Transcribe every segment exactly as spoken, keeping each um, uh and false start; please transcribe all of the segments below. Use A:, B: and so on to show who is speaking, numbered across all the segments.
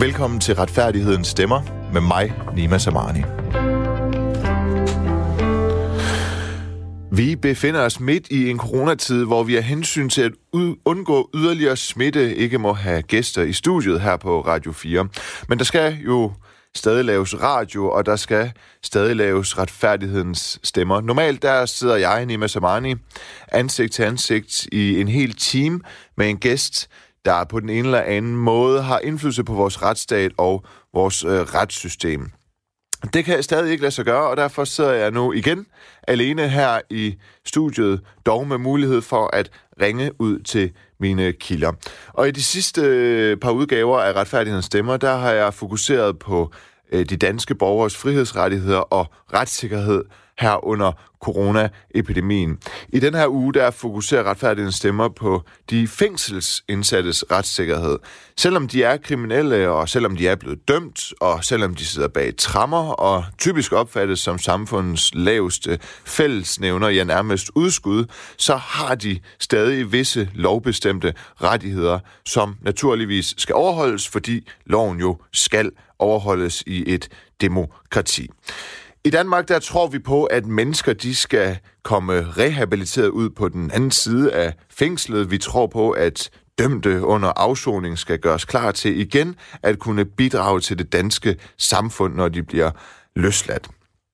A: Velkommen til Retfærdighedens Stemmer med mig, Nima Samani. Vi befinder os midt i en coronatid, hvor vi af hensyn til at undgå yderligere smitte ikke må have gæster i studiet her på Radio fire. Men der skal jo stadig laves radio, og der skal stadig laves Retfærdighedens Stemmer. Normalt der sidder jeg, Nima Samani, ansigt til ansigt i en hel time med en gæst, der på den ene eller anden måde har indflydelse på vores retsstat og vores øh, retssystem. Det kan jeg stadig ikke lade sig gøre, og derfor sidder jeg nu igen alene her i studiet, dog med mulighed for at ringe ud til mine kilder. Og i de sidste par udgaver af Retfærdighedens Stemmer, der har jeg fokuseret på øh, de danske borgers frihedsrettigheder og retssikkerhed her under coronaepidemien. I den her uge, der fokuserer Retfærdighedens Stemmer på de fængselsindsattes retssikkerhed. Selvom de er kriminelle, og selvom de er blevet dømt, og selvom de sidder bag tremmer, og typisk opfattes som samfundets laveste fællesnævner, ja nærmest udskud, så har de stadig visse lovbestemte rettigheder, som naturligvis skal overholdes, fordi loven jo skal overholdes i et demokrati. I Danmark, der tror vi på, at mennesker, de skal komme rehabiliteret ud på den anden side af fængslet. Vi tror på, at dømte under afsoning skal gøres klar til igen at kunne bidrage til det danske samfund, når de bliver løsladt.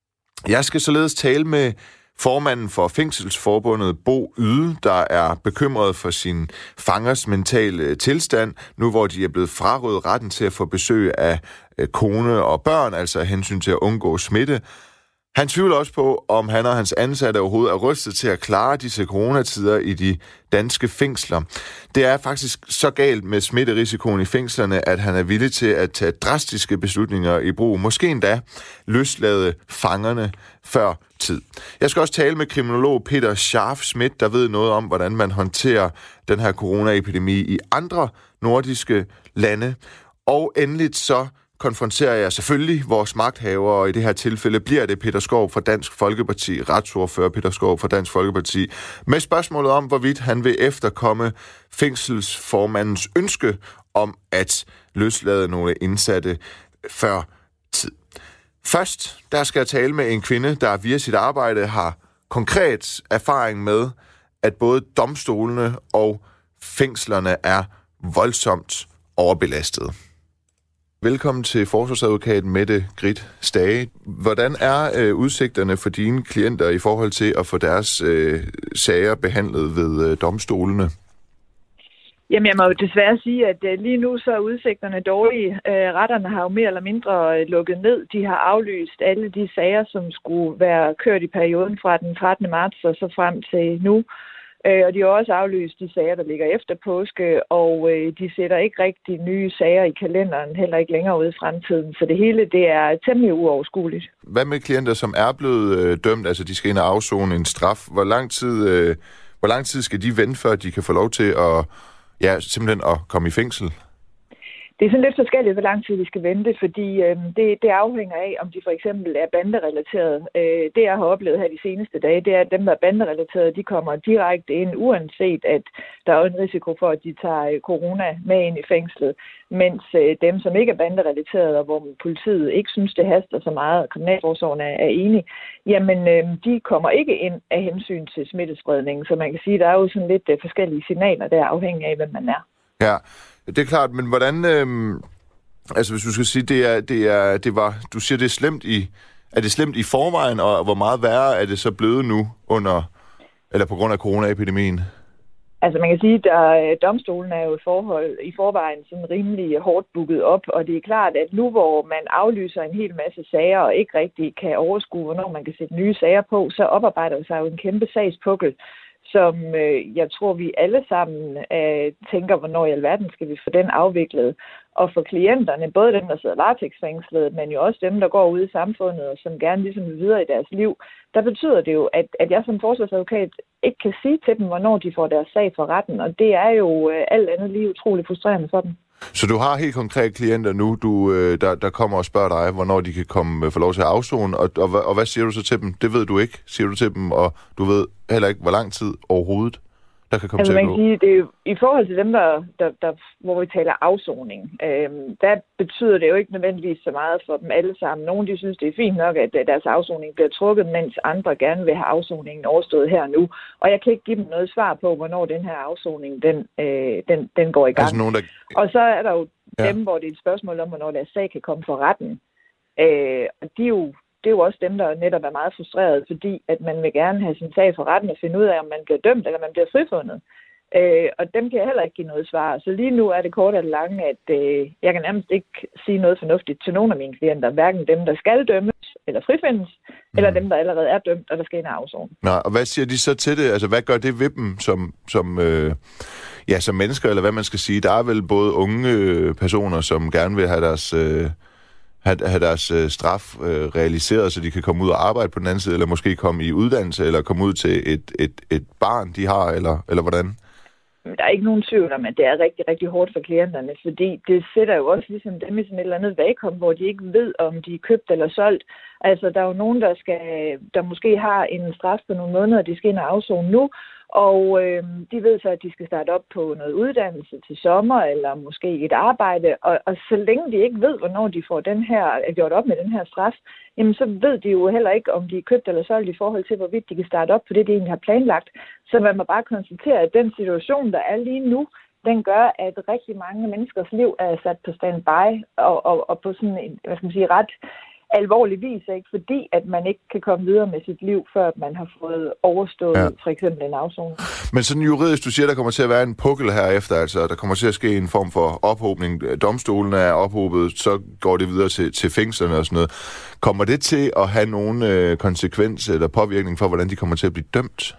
A: Jeg skal således tale med formanden for Fængselsforbundet, Bo Yde, der er bekymret for sin fangers mentale tilstand, nu hvor de er blevet frarøvet retten til at få besøg af kone og børn, altså af hensyn til at undgå smitte. Han tvivler også på, om han og hans ansatte overhovedet er rustet til at klare disse coronatider i de danske fængsler. Det er faktisk så galt med smitterisikoen i fængslerne, at han er villig til at tage drastiske beslutninger i brug. Måske endda løslade fangerne før tid. Jeg skal også tale med kriminolog Peter Scharf Schmidt, der ved noget om, hvordan man håndterer den her coronaepidemi i andre nordiske lande. Og endeligt så konfronterer jeg selvfølgelig vores magthavere, og i det her tilfælde bliver det Peter Skaarup fra Dansk Folkeparti, retsordfører Peter Skaarup fra Dansk Folkeparti, med spørgsmålet om, hvorvidt han vil efterkomme fængselsformandens ønske om at løslade nogle indsatte før tid. Først, der skal jeg tale med en kvinde, der via sit arbejde har konkret erfaring med, at både domstolene og fængslerne er voldsomt overbelastet. Velkommen til forsvarsadvokat Mette Grith Stage. Hvordan er øh, udsigterne for dine klienter i forhold til at få deres øh, sager behandlet ved øh, domstolene?
B: Jamen, jeg må jo desværre sige, at øh, lige nu så er udsigterne dårlige. Øh, retterne har jo mere eller mindre øh, lukket ned. De har aflyst alle de sager, som skulle være kørt i perioden fra den trettende marts og så frem til nu. Øh, og de har også aflyst de sager, der ligger efter påske, og øh, de sætter ikke rigtig nye sager i kalenderen, heller ikke længere ude i fremtiden. Så det hele, det er temmelig uoverskueligt.
A: Hvad med klienter, som er blevet øh, dømt, altså de skal ind og afzone en straf? Hvor lang tid, øh, hvor lang tid skal de vente, før de kan få lov til at, ja, simpelthen at komme i fængsel?
B: Det er sådan lidt forskelligt, hvor lang tid de skal vente, fordi øh, det, det afhænger af, om de for eksempel er banderelateret. Øh, det, jeg har oplevet her de seneste dage, det er, at dem, der er banderelateret, de kommer direkte ind, uanset at der er en risiko for, at de tager corona med ind i fængslet. Mens øh, dem, som ikke er banderelateret, og hvor politiet ikke synes, det haster så meget, og kriminalforsorgen er, er enige, jamen øh, de kommer ikke ind af hensyn til smittespredningen. Så man kan sige, at der er jo sådan lidt øh, forskellige signaler, der er afhængig af, hvem man er.
A: Ja. Det er klart, men hvordan, øhm, altså hvis du skal sige, det er, det er, det var, du siger, det er slemt i, er det slemt i forvejen, og hvor meget værre er det så blevet nu under, eller på grund af coronaepidemien?
B: Altså man kan sige, at domstolen er jo i, forhold, i forvejen sådan rimelig hårdt booket op, og det er klart, at nu hvor man aflyser en hel masse sager, og ikke rigtig kan overskue, hvornår man kan sætte nye sager på, så oparbejder sig jo en kæmpe sagspukkel, som øh, jeg tror, vi alle sammen øh, tænker, hvornår i alverden skal vi få den afviklet. Og for klienterne, både dem, der sidder varetægtsfængslet, men jo også dem, der går ud i samfundet, og som gerne ligesom vil videre i deres liv, der betyder det jo, at, at jeg som forsvarsadvokat ikke kan sige til dem, hvornår de får deres sag for retten. Og det er jo øh, alt andet lige utroligt frustrerende for dem.
A: Så du har helt konkret klienter nu, du, der, der kommer og spørger dig, hvornår de kan komme for lov til at afzone, og, og, og hvad siger du så til dem? Det ved du ikke, siger du til dem, og du ved heller ikke, hvor lang tid overhovedet der kan komme
B: altså,
A: til at
B: man
A: gå?
B: kan sige, det er jo, i forhold til dem, der, der, der, hvor vi taler afsoning, øh, der betyder det jo ikke nødvendigvis så meget for dem alle sammen. Nogle de synes, det er fint nok, at deres afsoning bliver trukket, mens andre gerne vil have afsoningen overstået her og nu. Og jeg kan ikke give dem noget svar på, hvornår den her afsoning den, øh, den, den går i gang.
A: Altså nogen, der...
B: Og så er der jo
A: ja.
B: dem, hvor det er et spørgsmål om, hvornår deres sag kan komme for retten. Øh, og de er jo Det er jo også dem, der netop er meget frustreret, fordi at man vil gerne have sin sag for retten og finde ud af, om man bliver dømt eller man bliver frifundet. Øh, og dem kan jeg heller ikke give noget svar. Så lige nu er det kort og langt, at øh, jeg kan nærmest ikke sige noget fornuftigt til nogen af mine klienter. Hverken dem, der skal dømmes eller frifindes, mm. eller dem, der allerede er dømt, og der skal ind og afsone.
A: Nå, og hvad siger de så til det? Altså, hvad gør det ved dem som, som, øh, ja, som mennesker, eller hvad man skal sige? Der er vel både unge personer, som gerne vil have deres... Øh have deres øh, straf øh, realiseret, så de kan komme ud og arbejde på den anden side, eller måske komme i uddannelse, eller komme ud til et, et, et barn, de har, eller, eller hvordan?
B: Der er ikke nogen tvivl om, at det er rigtig, rigtig hårdt for klienterne, fordi det sætter jo også ligesom dem i sådan et eller andet vakuum, hvor de ikke ved, om de er købt eller solgt. Altså, der er jo nogen, der, skal, der måske har en straf på nogle måneder, de skal ind og afzone nu, og øh, de ved så, at de skal starte op på noget uddannelse til sommer, eller måske et arbejde, og, og så længe de ikke ved, hvornår de får den her, er gjort op med den her straf, jamen så ved de jo heller ikke, om de er købt eller solgt i forhold til, hvorvidt de kan starte op på det, de egentlig har planlagt. Så man må bare konstatere, at den situation, der er lige nu, den gør, at rigtig mange menneskers liv er sat på standby, og, og, og på sådan en, hvad skal man sige, ret alvorlig vis, ikke? Fordi at man ikke kan komme videre med sit liv, før man har fået overstået ja. for eksempel en afsoning.
A: Men sådan juridisk, du siger, der kommer til at være en pukkel herefter, altså der kommer til at ske en form for ophobning. Domstolen er ophobet, så går det videre til, til fængslerne og sådan noget. Kommer det til at have nogen øh, konsekvens eller påvirkning for, hvordan de kommer til at blive dømt?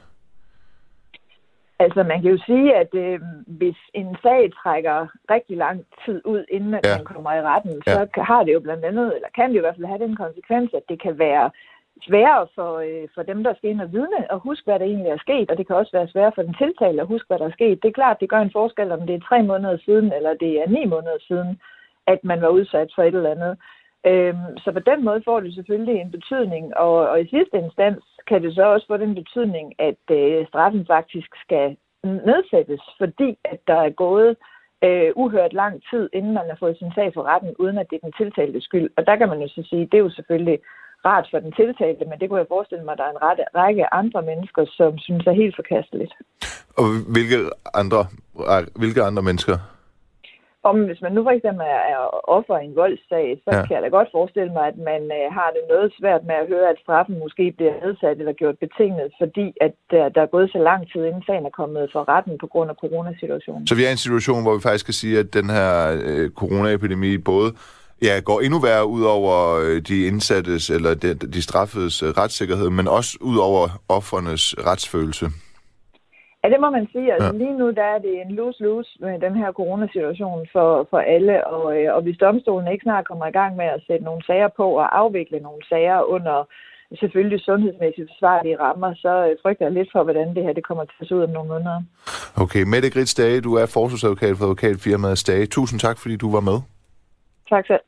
B: Altså, man kan jo sige, at øh, hvis en sag trækker rigtig lang tid ud, inden ja. man kommer i retten, så ja. har det jo blandt andet, eller kan det jo i hvert fald have den konsekvens, at det kan være sværere for, øh, for dem, der skal ind og vidne, at huske, hvad der egentlig er sket, og det kan også være sværere for den tiltalte at huske, hvad der er sket. Det er klart, det gør en forskel, om det er tre måneder siden, eller det er ni måneder siden, at man var udsat for et eller andet. Øhm, så på den måde får det selvfølgelig en betydning, og, og i sidste instans kan det så også få den betydning, at øh, straffen faktisk skal nedsættes, fordi at der er gået øh, uhørt lang tid, inden man har fået sin sag for retten, uden at det er den tiltalte skyld. Og der kan man jo så sige, det er jo selvfølgelig rart for den tiltalte, men det kunne jeg forestille mig, at der er en ret, række andre mennesker, som synes er helt forkasteligt.
A: Og hvilke andre, hvilke andre mennesker?
B: Om, hvis man nu for eksempel er, er offer i en voldssag, så ja. kan jeg da godt forestille mig, at man øh, har det noget svært med at høre, at straffen måske bliver nedsat eller gjort betinget, fordi at der, der er gået så lang tid, inden sagen er kommet for retten på grund af coronasituationen. Så
A: vi er i en situation, hvor vi faktisk kan sige, at den her øh, coronaepidemi både ja, går endnu værre ud over de indsattes eller de, de straffedes retssikkerhed, men også ud over offernes retsfølelse.
B: Ja, det må man sige. Altså, ja. Lige nu der er det en lose-lose med den her coronasituation for, for alle, og, og hvis domstolen ikke snart kommer i gang med at sætte nogle sager på og afvikle nogle sager under selvfølgelig sundhedsmæssigt forsvarlige rammer, så frygter jeg lidt for, hvordan det her det kommer til at se ud om nogle måneder. Okay, Mette Grits Stage, du er forsvarsadvokat for advokatfirmaet Stage. Tusind tak, fordi du var med. Tak selv.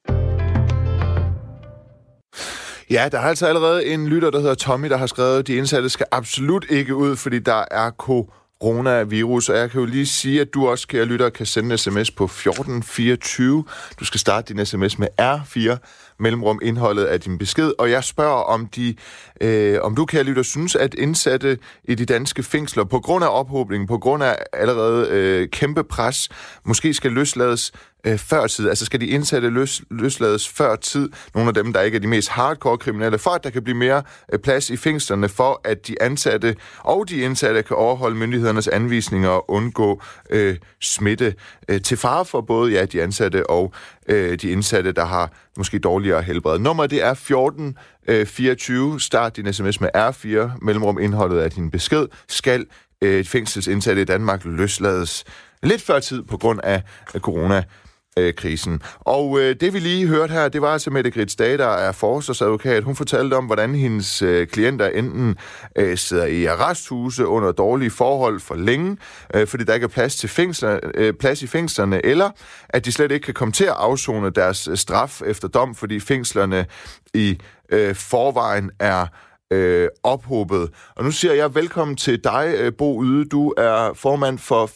B: Ja, der er altså allerede en lytter, der hedder Tommy, der har skrevet, at de indsatte skal absolut ikke ud, fordi der er coronavirus. Og jeg kan jo lige sige, at du også, kære lytter, kan sende en sms på fjorten fireogtyve. Du skal starte din sms med R fire, mellemrum indholdet af din besked. Og jeg spørger, om, de, øh, om du, kære lytter, synes, at indsatte i de danske fængsler, på grund af ophobningen, på grund af allerede øh, kæmpe pres, måske skal løslades øh, før tid. Altså skal de indsatte løs, løslades før tid, nogle af dem, der ikke er de mest hardcore kriminelle, for at der kan blive mere øh, plads i fængslerne, for at de ansatte og de indsatte kan overholde myndighedernes anvisninger og undgå øh, smitte øh, til fare for både ja, de ansatte og øh, de indsatte, der har måske dårligere helbred. Nummer det er fjorten fireogtyve. Start din sms med R fire, mellemrum indholdet af din besked. Skal øh, fængselsindsatte i Danmark løslades lidt før tid på grund af corona krisen. Og øh, det vi lige hørte her, det var altså Mette Grits Stage, der er forsvarsadvokat. Hun fortalte om, hvordan hendes øh, klienter enten øh, sidder i arresthuse under dårlige forhold for længe, øh, fordi der ikke er plads, til fængsler, øh, plads i fængslerne, eller at de slet ikke kan komme til at afsone deres straf efter dom, fordi fængslerne i øh, forvejen er
A: øh, ophobet. Og nu siger jeg velkommen til dig, Bo Yde. Du er formand for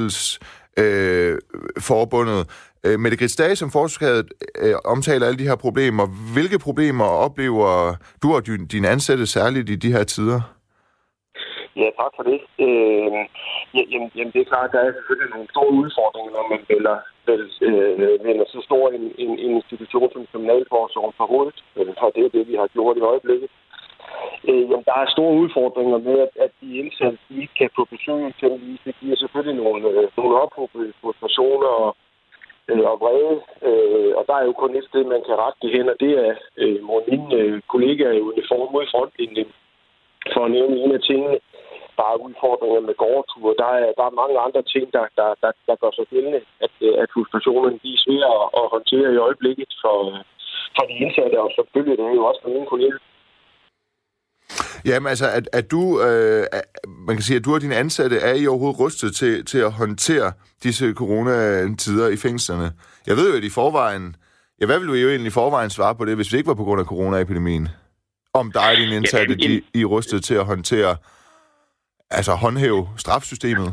A: Fængselsforbundet. Øh, Mette Grits Dage, som forsvaret øh, omtaler alle de her problemer. Hvilke problemer oplever du og dine ansatte særligt i de her tider?
C: Ja, tak for det. Øh, jamen, jamen, det er klart, at der er selvfølgelig nogle store udfordringer, når man vælger, øh, vælger så stor en, en, en institution som kriminalforsorgen på hovedet. For det er det, vi har gjort i øjeblikket. Øh, jamen, der er store udfordringer med, at, at de indsatte ikke kan få besøg. Det giver selvfølgelig nogle, øh, nogle ophobede frustrationer og, øh, og vrede. Øh, og der er jo kun et sted, man kan rette det hen, og det er øh, mine øh, kollegaer i uniform mod frontlinjen. For at nævne en af tingene, der er udfordringer med gårdture. Der er, der er mange andre ting, der, der, der, der gør sig gældende, at, at frustrationerne de er svære at, at håndtere i øjeblikket for, for de indsatte, og selvfølgelig det er jo også for mine kolleger.
A: Jamen altså, at, at du, øh, man kan sige, at du og dine ansatte er I overhovedet rustet til, til at håndtere disse coronatider i fængslerne. Jeg ved jo, at i forvejen, ja, hvad ville du jo egentlig i forvejen svare på det, hvis det ikke var på grund af coronaepidemien? Om dig og dine indsatte, de, I er rustet til at håndtere, altså håndhæve strafsystemet?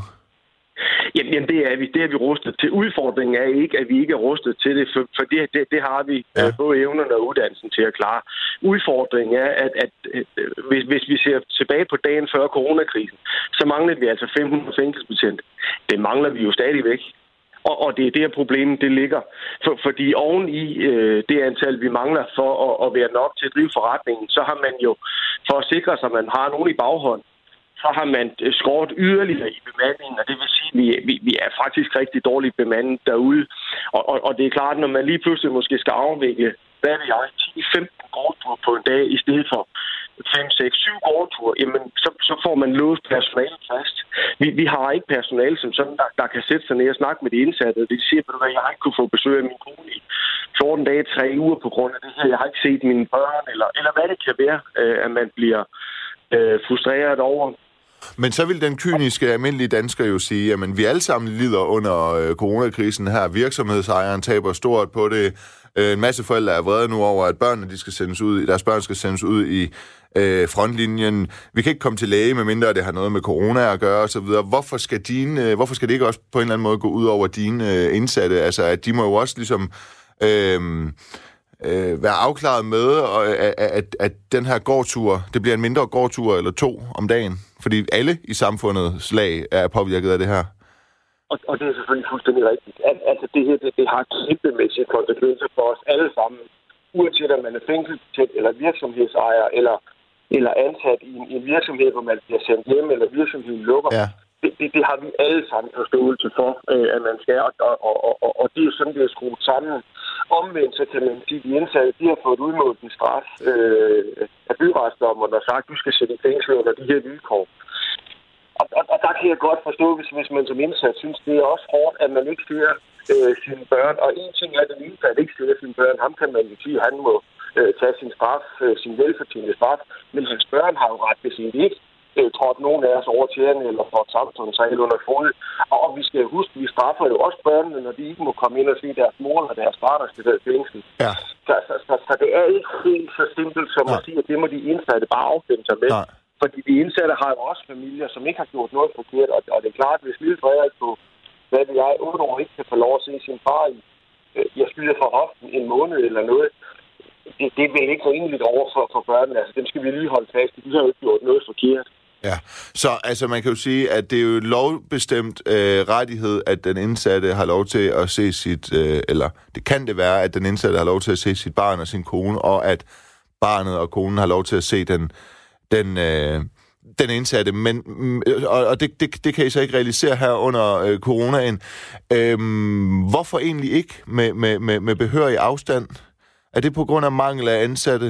C: Jamen, det er vi, det er vi rustet til. Udfordringen er ikke, at vi ikke er rustet til det, for, for det, det, det har vi ja. både evnerne og uddannelsen til at klare. Udfordringen er, at, at, at hvis, hvis vi ser tilbage på dagen før coronakrisen, så manglede vi altså fem hundrede fængselsbetjente. Det mangler vi jo stadigvæk. Og, og det er der problemet, det ligger. For, fordi oven i øh, det antal, vi mangler for at, at være nok til at drive forretningen, så har man jo, for at sikre sig, at man har nogen i baghånd, så har man skåret yderligere i bemandingen, og det vil sige, at vi, vi, vi er faktisk rigtig dårligt bemandet derude. Og, og, og det er klart, når man lige pludselig måske skal afvikle, hvad ved jeg, ti til femten gårdture på en dag, i stedet for fem, seks, syv gårdture, jamen, så, så får man låst personalet fast. Vi, vi har ikke personale som sådan, der, der kan sætte sig ned og snakke med de indsatte. Det siger, at jeg ikke kunne få besøg af min kone i fjorten dage, tre uger på grund af det her. Jeg har ikke set mine børn, eller, eller hvad det kan være, at man bliver øh, frustreret over.
A: Men så vil den kyniske, almindelige dansker jo sige, at vi alle sammen lider under øh, coronakrisen her. Virksomhedsejeren taber stort på det. Øh, en masse forældre er vrede nu over, at børnene, de skal sendes ud, deres børn skal sendes ud i øh, frontlinjen. Vi kan ikke komme til læge, medmindre det har noget med corona at gøre osv. Hvorfor skal dine, øh, hvorfor skal det ikke også på en eller anden måde gå ud over dine øh, indsatte? Altså, at de må jo også ligesom øh, øh, være afklaret med, og, at, at, at den her gårdtur, det bliver en mindre gårdtur eller to om dagen. Fordi alle i samfundets lag er påvirket af det her.
C: Og, og det er selvfølgelig fuldstændig rigtigt. Al, altså det her, det, det har kæmpemæssige konsekvenser for os alle sammen. Uanset om man er fængselsbetjent eller virksomhedsejer eller, eller ansat i en, en virksomhed, hvor man bliver sendt hjem eller virksomheden lukker. Ja. Det, det, det har vi alle sammen forståelse for, øh, at man skal. Og, og, og, og, og det er jo sådan, det er skruet sammen. Omvendt så kan man sige, at de indsatte, de har fået udmålt en straf øh, af byretsdommeren og sagt, at du skal sætte i fængsel under de her vilkår. Og, og, og der kan jeg godt forstå, hvis, hvis man som indsat synes, det er også hårdt, at man ikke ser øh, sine børn. Og en ting er, at den indsat ikke ser sine børn. Ham kan man jo sige, at han må øh, tage sin straf, øh, sin velfortjente straf. Men hans børn har jo ret, hvis de ikke øh, trådt nogen af os over til hende eller får samfundsregel under fodet. Og, og vi skal huske, at vi straffer jo også børnene, når de ikke må komme ind og se deres mor eller deres far, der skal være i fængsel. Ja. Så, så, så, så det er ikke helt så simpelt som at sige, at det må de indsatte bare affinde sig med. Nej. Fordi de indsatte har jo også familier, som ikke har gjort noget forkert, og, og det er klart, at hvis lille Frederik på, hvad ved jeg, otte år ikke kan få lov at se sin far i, øh, jeg skyder for hoften en måned eller noget, det, det er vel ikke rimeligt over for, for børnene. Altså, dem skal vi lige holde fast i. De har jo ikke gjort noget forkert.
A: Ja, så altså man kan jo sige, at det er jo et lovbestemt øh, rettighed, at den indsatte har lov til at se sit, øh, eller det kan det være, at den indsatte har lov til at se sit barn og sin kone, og at barnet og konen har lov til at se den den, øh, den indsatte, men, og, og det, det, det kan I så ikke realisere her under øh, coronaen. Øhm, hvorfor egentlig ikke med, med, med, med behørig afstand? Er det på grund af mangel af ansatte?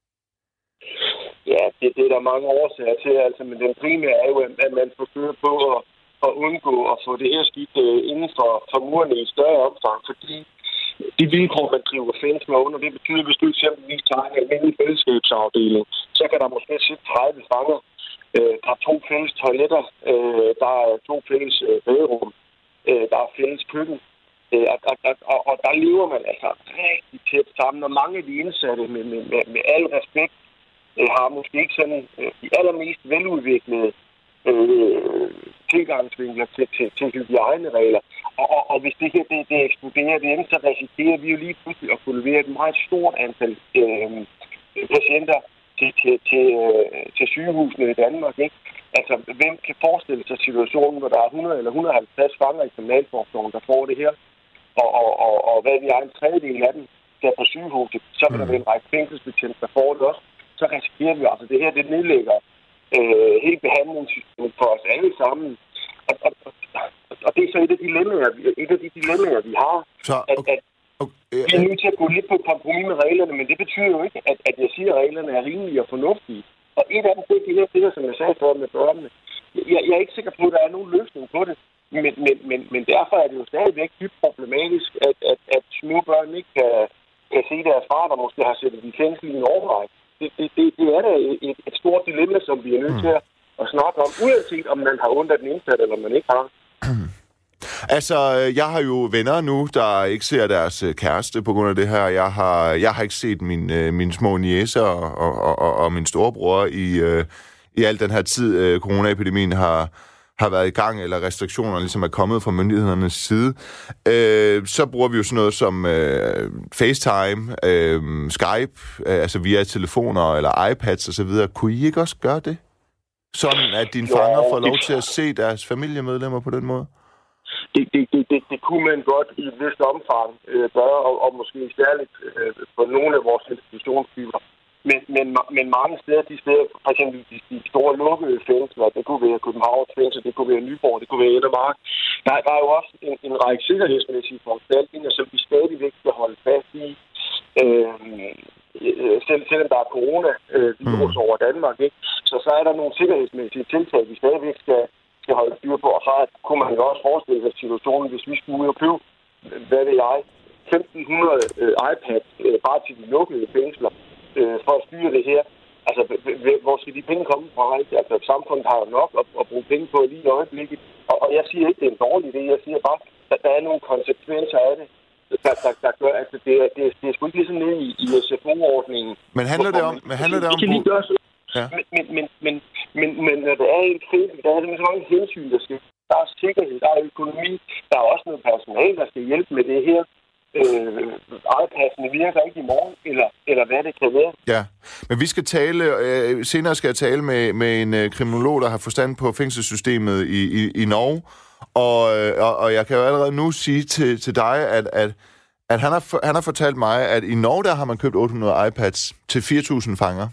C: Ja, det, det er der mange årsager til, altså, men den primære er jo, at man forsøger på at, at undgå at få det her skidt øh, inden for, for murene i større omfang, fordi de vilkår, man driver fængsler under, det betyder, at hvis du eksempelvis tager en almindelig fællesskabsafdeling, så kan der måske sidde tredive fanger. Øh, der er to fælles toiletter, øh, der er to fælles øh, baderum, øh, der er fælles køkken, øh, og, og, og, og der lever man altså rigtig tæt sammen, og mange af de indsatte med, med, med, med al respekt øh, har måske ikke sådan øh, de allermest veludviklede øh, tilgangsvinkler til, til, til hygiejneregler. Og, og, og hvis det her det, det eksploderer, det så risikerer vi jo lige pludselig at kunne levere et meget stort antal øh, patienter til, til, til, øh, til sygehusene i Danmark, ikke? Altså, hvem kan forestille sig situationen, hvor der er hundrede eller et hundrede og halvtreds fanger i kriminalforsorgen, der får det her, og, og, og, og hvad vi har en tredjedel af dem, der er på sygehuset, så vil der være en række fængselsbetjente, der får det også. Så risikerer vi altså, det her, det nedlægger øh, hele behandlingssystemet for os alle sammen. Og, og, og, og det er så et af de dilemmaer, et af de dilemmaer vi har,
A: så, okay.
C: at, at okay. vi er nødt til at gå lidt på kompromis med reglerne, men det betyder jo ikke, at, at jeg siger, at reglerne er rimelige og fornuftige. Og et af dem, det er det her, det her, som jeg sagde før med børnene. Jeg, jeg er ikke sikker på, at der er nogen løsning på det, men, men, men, men derfor er det jo stadigvæk dybt problematisk, at, at, at små børn ikke kan, kan se deres far, der måske har sættet i fængsel i en overvej. Det, det, det, det er da et, et stort dilemma, som vi er nødt til at, at snakke om, uanset om man har ondt af den indsatte, eller man ikke har.
A: Altså, jeg har jo venner nu, der ikke ser deres kæreste på grund af det her. Jeg har, jeg har ikke set min, mine små niecer og, og, og, og min storebror i, i al den her tid, coronaepidemien har, har været i gang, eller restriktioner ligesom er kommet fra myndighedernes side. Øh, så bruger vi jo sådan noget som øh, FaceTime, øh, Skype, øh, altså via telefoner eller iPads osv. Kunne I ikke også gøre det? Sådan, at dine jo, fanger får lov til at se deres familiemedlemmer på den måde?
C: Det, det, det, det, det kunne man godt i et vist omfang øh, gøre, og, og måske særligt øh, på nogle af vores institutionstyper. Men, men, men mange steder, de steder, for eksempel de, de store lukkede fængsler, det kunne være Københavns fængsel, det kunne være Nyborg, det kunne være Endermark. Der, der er jo også en, en række sikkerhedsmæssige foranstaltninger, som vi stadigvæk skal holde fast i. Øh, selv, selvom der er corona-virus øh, over Danmark, ikke? Så, så er der nogle sikkerhedsmæssige tiltag, vi stadigvæk skal skal holde styr på, og så kunne man jo også forestille sig situationen, hvis vi skulle ud og købe, hvad ved jeg, femten hundrede øh, iPads øh, bare til de lukkede fængsler øh, for at styre det her. Altså, hvor skal de penge komme fra? Altså, samfundet har jo nok at, at bruge penge på lige i øjeblikket. Og, og jeg siger ikke, det er en dårlig idé. Jeg siger bare, at der er nogle konsekvenser af det, der, der, der gør, altså, det er, det, er, det er sgu ikke ligesom nede i, i S F O-ordningen.
A: Men handler det om... Men handler det om
C: Ja. Men, men, men, men, men, men når der er en fængsel, der er der så mange hensyn, der skal. Der er sikkerhed, der er økonomi, der er også noget personale, der skal hjælpe med det her. Øh, iPad'ene virker ikke i morgen, eller, eller hvad det kan være.
A: Ja, men vi skal tale, øh, senere skal jeg tale med, med en øh, kriminolog, der har forstand på fængselssystemet i, i, i Norge, og, øh, og, og jeg kan jo allerede nu sige til, til dig, at, at, at han, har, han har fortalt mig, at i Norge, der har man købt otte hundrede iPads til fire tusind fanger.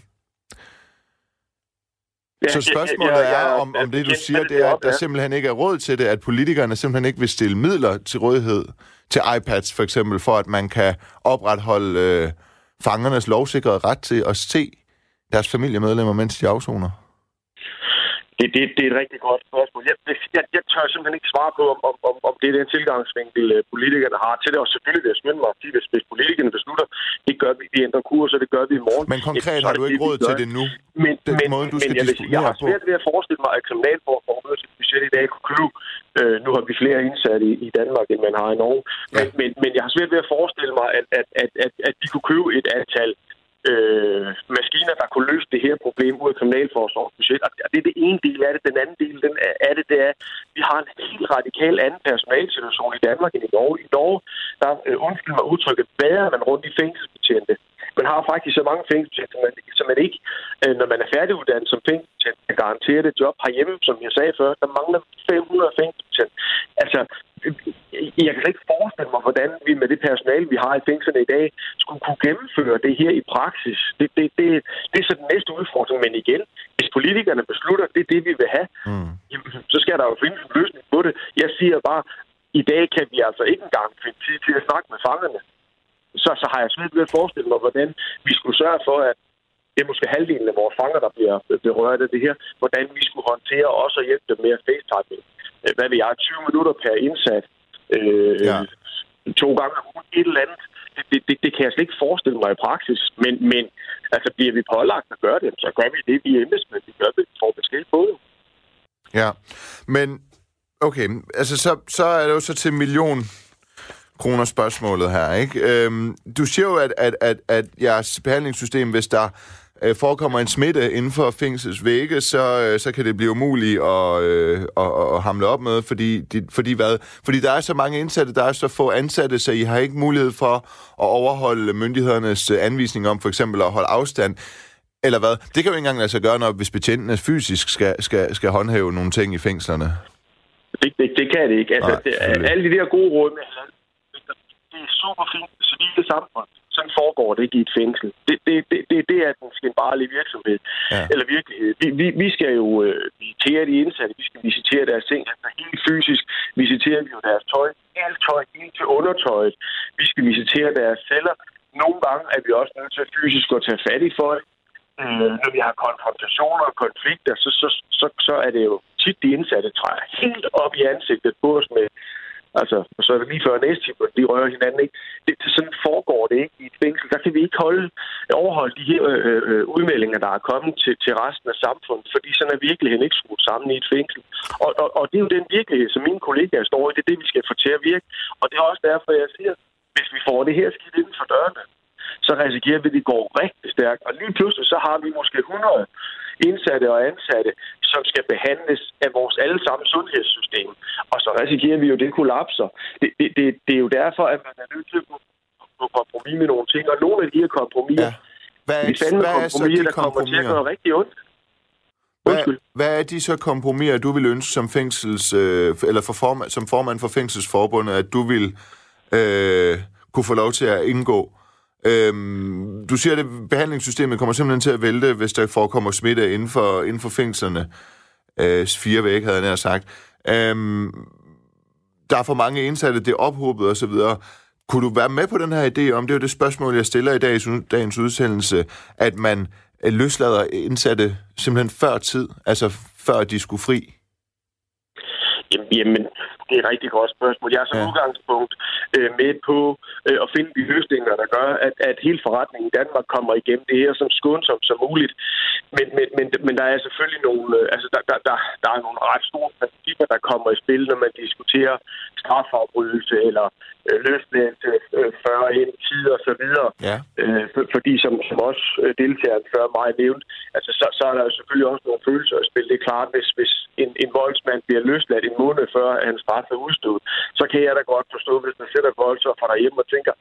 A: Ja, så spørgsmålet ja, ja, ja, er, om, om det, du siger, det er, at der simpelthen ikke er råd til det, at politikerne simpelthen ikke vil stille midler til rådighed til iPads, for eksempel, for at man kan opretholde øh, fangernes lovsikrede ret til at se deres familiemedlemmer, mens de afsoner.
C: Det, det, det er et rigtig godt spørgsmål. Jeg, jeg, jeg tør simpelthen ikke svare på, om, om, om det er den tilgangsvinkel, politikerne har til det. Og selvfølgelig vil jeg skynde mig at sige, hvis, hvis politikerne beslutter, det gør vi, vi ændrer kurs, og det gør vi i morgen.
A: Men konkret har du ikke råd til det nu?
C: Men,
A: den
C: men,
A: måde, du
C: men
A: skal
C: jeg, vil, jeg har svært ved at forestille mig, at kriminalforsorgen med sit budget i dag kunne købe. Øh, nu har vi flere indsatte i, i Danmark, end man har i Norge. Men, ja. men, men jeg har svært ved at forestille mig, at, at, at, at, at de kunne købe et antal Øh, maskiner, der kunne løse det her problem ud af kriminalforsorgens budget. Og det er det ene del af det. Den anden del den af det, det er, at vi har en helt radikal anden personalsituation i Danmark end i Norge. I Norge, der øh, undskyld mig udtrykket, bader man rundt i fængselsbetjente. Man har faktisk så mange fængselsbetjente, som man, som man ikke, øh, når man er færdiguddannet som fængselsbetjent, kan garantere det job herhjemme, som jeg sagde før. Der mangler fem hundrede fængselsbetjente. Altså, jeg kan ikke forestille mig, hvordan vi med det personale, vi har i fængslerne i dag, skulle kunne gennemføre det her i praksis. Det, det, det, det er så den næste udfordring. Men igen, hvis politikerne beslutter, det er det, vi vil have, mm. så skal der jo findes en løsning på det. Jeg siger bare, i dag kan vi altså ikke engang finde tid til at snakke med fangerne. Så, så har jeg svært ved at forestille mig, hvordan vi skulle sørge for, at det er måske halvdelen af vores fanger, der bliver berørt af det her, hvordan vi skulle håndtere også og hjælpe dem med at FaceTime. Hvad vil jeg, tyve minutter per indsat, øh, ja. to gange om ugen, et eller andet. Det, det, det, det kan jeg slet ikke forestille mig i praksis. Men, men altså, bliver vi pålagt at gøre det, så gør vi det, vi er embedsmænd. Vi gør det for besked på det.
A: Ja, men okay, altså så, så er det jo så til million kroner spørgsmålet her, ikke? Øhm, du siger jo, at, at, at, at jeres behandlingssystem, hvis der øh, forekommer en smitte inden for fængslets vægge, så, øh, så kan det blive umuligt at, øh, at, at hamle op med, fordi, de, fordi, hvad? fordi der er så mange indsatte, der er så få ansatte, så I har ikke mulighed for at overholde myndighedernes anvisninger om for eksempel at holde afstand. Eller hvad? Det kan jo ikke engang lade sig gøre, når hvis betjentene fysisk skal, skal, skal håndhæve nogle ting i fængslerne.
C: Det, det, det kan det ikke. Altså,
A: Nej,
C: det, alle de der gode råd med det er super fint. Så det er samfund. Sådan foregår det ikke i et fængsel. Det, det, det, det, det er den skinbarlige virksomhed. Ja. Eller virkelighed. Vi, vi, vi skal jo øh, visitere de indsatte. Vi skal visitere deres ting. Altså helt fysisk visiterer vi jo deres tøj. Alt tøj, helt til undertøjet. Vi skal visitere deres celler. Nogle gange er vi også nødt til fysisk at tage fat i folk. Øh, når vi har konfrontationer og konflikter, så, så, så, så er det jo tit de indsatte træder helt op i ansigtet på os med, altså, og så er det lige før næste, hvor de rører hinanden, ikke? Det, sådan foregår det ikke i et fængsel. Der kan vi ikke holde, overholde de her øh, øh, udmeldinger, der er kommet til, til resten af samfundet, fordi sådan er virkeligheden ikke skruet sammen i et fængsel. Og, og, og det er jo den virkelighed, som mine kollegaer står i, det er det, vi skal få til at virke. Og det er også derfor, jeg siger, hvis vi får det her skidt inden for dørene, så risikerer vi, at det går rigtig stærkt. Og lige pludselig, så har vi måske hundrede indsatte og ansatte, som skal behandles af vores allesammen sundhedssystem. Og så risikerer vi jo, det kollapser. Det, det, det, det er jo derfor, at man er nødt til at gå kompromis med nogle ting. Og nogle af de her kompromiser, ja.
A: Hvad er,
C: vi fandme
A: hvad er
C: kompromiser,
A: de
C: der kommer til at gøre rigtig ondt.
A: Hvad, hvad er de så kompromiser, du vil ønske som fængsels, øh, eller for formand, som formand for Fængselsforbundet, at du vil øh, kunne få lov til at indgå? Øhm, du siger, at det, behandlingssystemet kommer simpelthen til at vælte, hvis der forekommer smitte inden for, inden for fængslerne. Øh, fire vægge, havde jeg nær sagt. Øhm, der er for mange indsatte, det er ophobet og så videre. Kunne du være med på den her idé om, det er jo det spørgsmål, jeg stiller i dag, dagens udsendelse, at man løslader indsatte simpelthen før tid, altså før de skulle fri?
C: Jamen, det er et rigtig godt spørgsmål. Jeg er som ja. udgangspunkt øh, med på øh, at finde de løsninger, der gør, at, at hele forretningen i Danmark kommer igennem det her som skånsomt som muligt. Men, men, men, men der er selvfølgelig nogle, øh, altså der, der, der, der er nogle ret store principper, der kommer i spil, når man diskuterer strafafbrydelse eller øh, løsladelse øh, før en tid og så videre. Ja. Øh, for, fordi som, som også øh, deltageren før mig nævnt, altså så, så er der jo selvfølgelig også nogle følelser at spille. Det er klart, hvis, hvis en, en voldsmand bliver løsladt en måned før hans straf er udstået, så kan jeg da godt forstå, hvis man sætter voldsoffer derhjemme og tænker,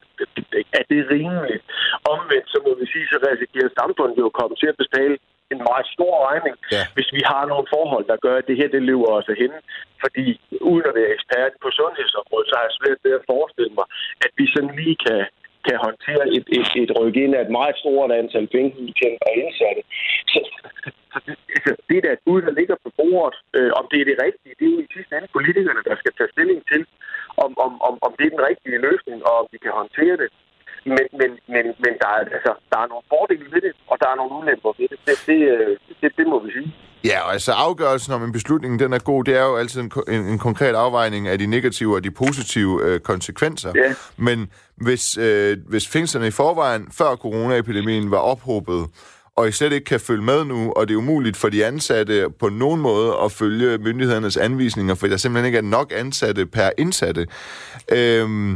C: er det rimeligt? Omvendt, så må vi sige, så risikerer samfundet jo at komme til at betale en meget stor regning, ja. hvis vi har nogle forhold, der gør, at det her, det løber os af hende. Fordi uden at være ekspert på sundhedsområdet, så har jeg svært ved at forestille mig, at vi sådan lige kan, kan håndtere et, et, et ryk ind af et meget stort antal fængselsbetjente og indsatte. Så, så det, altså, det er da et bud, der ligger på bordet. Øh, om det er det rigtige, det er jo i sidste ende politikerne, der skal tage stilling til, om, om, om, om det er den rigtige løsning, og om vi kan håndtere det. Men, men, men, men der, er, altså, der er nogle fordele ved det, og der er nogle ulemper ved det. Det, det, det, det må vi sige.
A: Ja, og altså afgørelsen om en beslutning, den er god. Det er jo altid en, en, en konkret afvejning af de negative og de positive øh, konsekvenser. Ja. Men hvis, øh, hvis fængslerne i forvejen før coronaepidemien var ophobet, og I slet ikke kan følge med nu, og det er umuligt for de ansatte på nogen måde at følge myndighedernes anvisninger, for der simpelthen ikke er nok ansatte per indsatte. Øhm,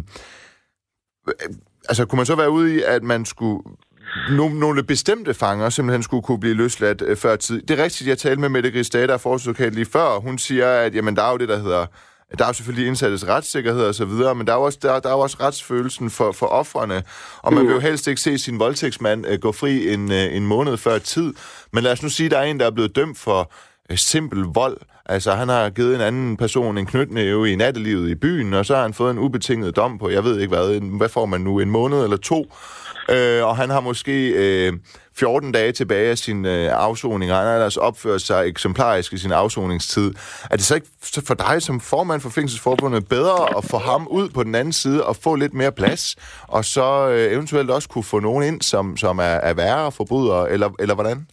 A: altså, kunne man så være ude i, at man skulle... Nogle, nogle bestemte fanger simpelthen skulle kunne blive løsladt øh, før tid. Det er rigtigt, jeg talte med Mette Grisdage, der er forsvarsadvokat lige før. Hun siger, at jamen, der er jo det, der hedder... Der er jo selvfølgelig indsattes retssikkerhed og så videre, men der er jo også, der, der er jo også retsfølelsen for, for ofrene. Og man vil jo helst ikke se sin voldtægtsmand øh, gå fri en, øh, en måned før tid. Men lad os nu sige, at der er en, der er blevet dømt for øh, simpel vold. Altså, han har givet en anden person en knytnæve i nattelivet i byen, og så har han fået en ubetinget dom på, jeg ved ikke hvad, en, hvad får man nu, en måned eller to. Øh, og han har måske øh, fjorten dage tilbage af sin øh, afsoning, og han har ellers opført sig eksemplarisk i sin afsoningstid. Er det så ikke for dig som formand for Fængselsforbundet bedre at få ham ud på den anden side og få lidt mere plads, og så øh, eventuelt også kunne få nogen ind, som, som er, er værre forbrydere, eller, eller hvordan?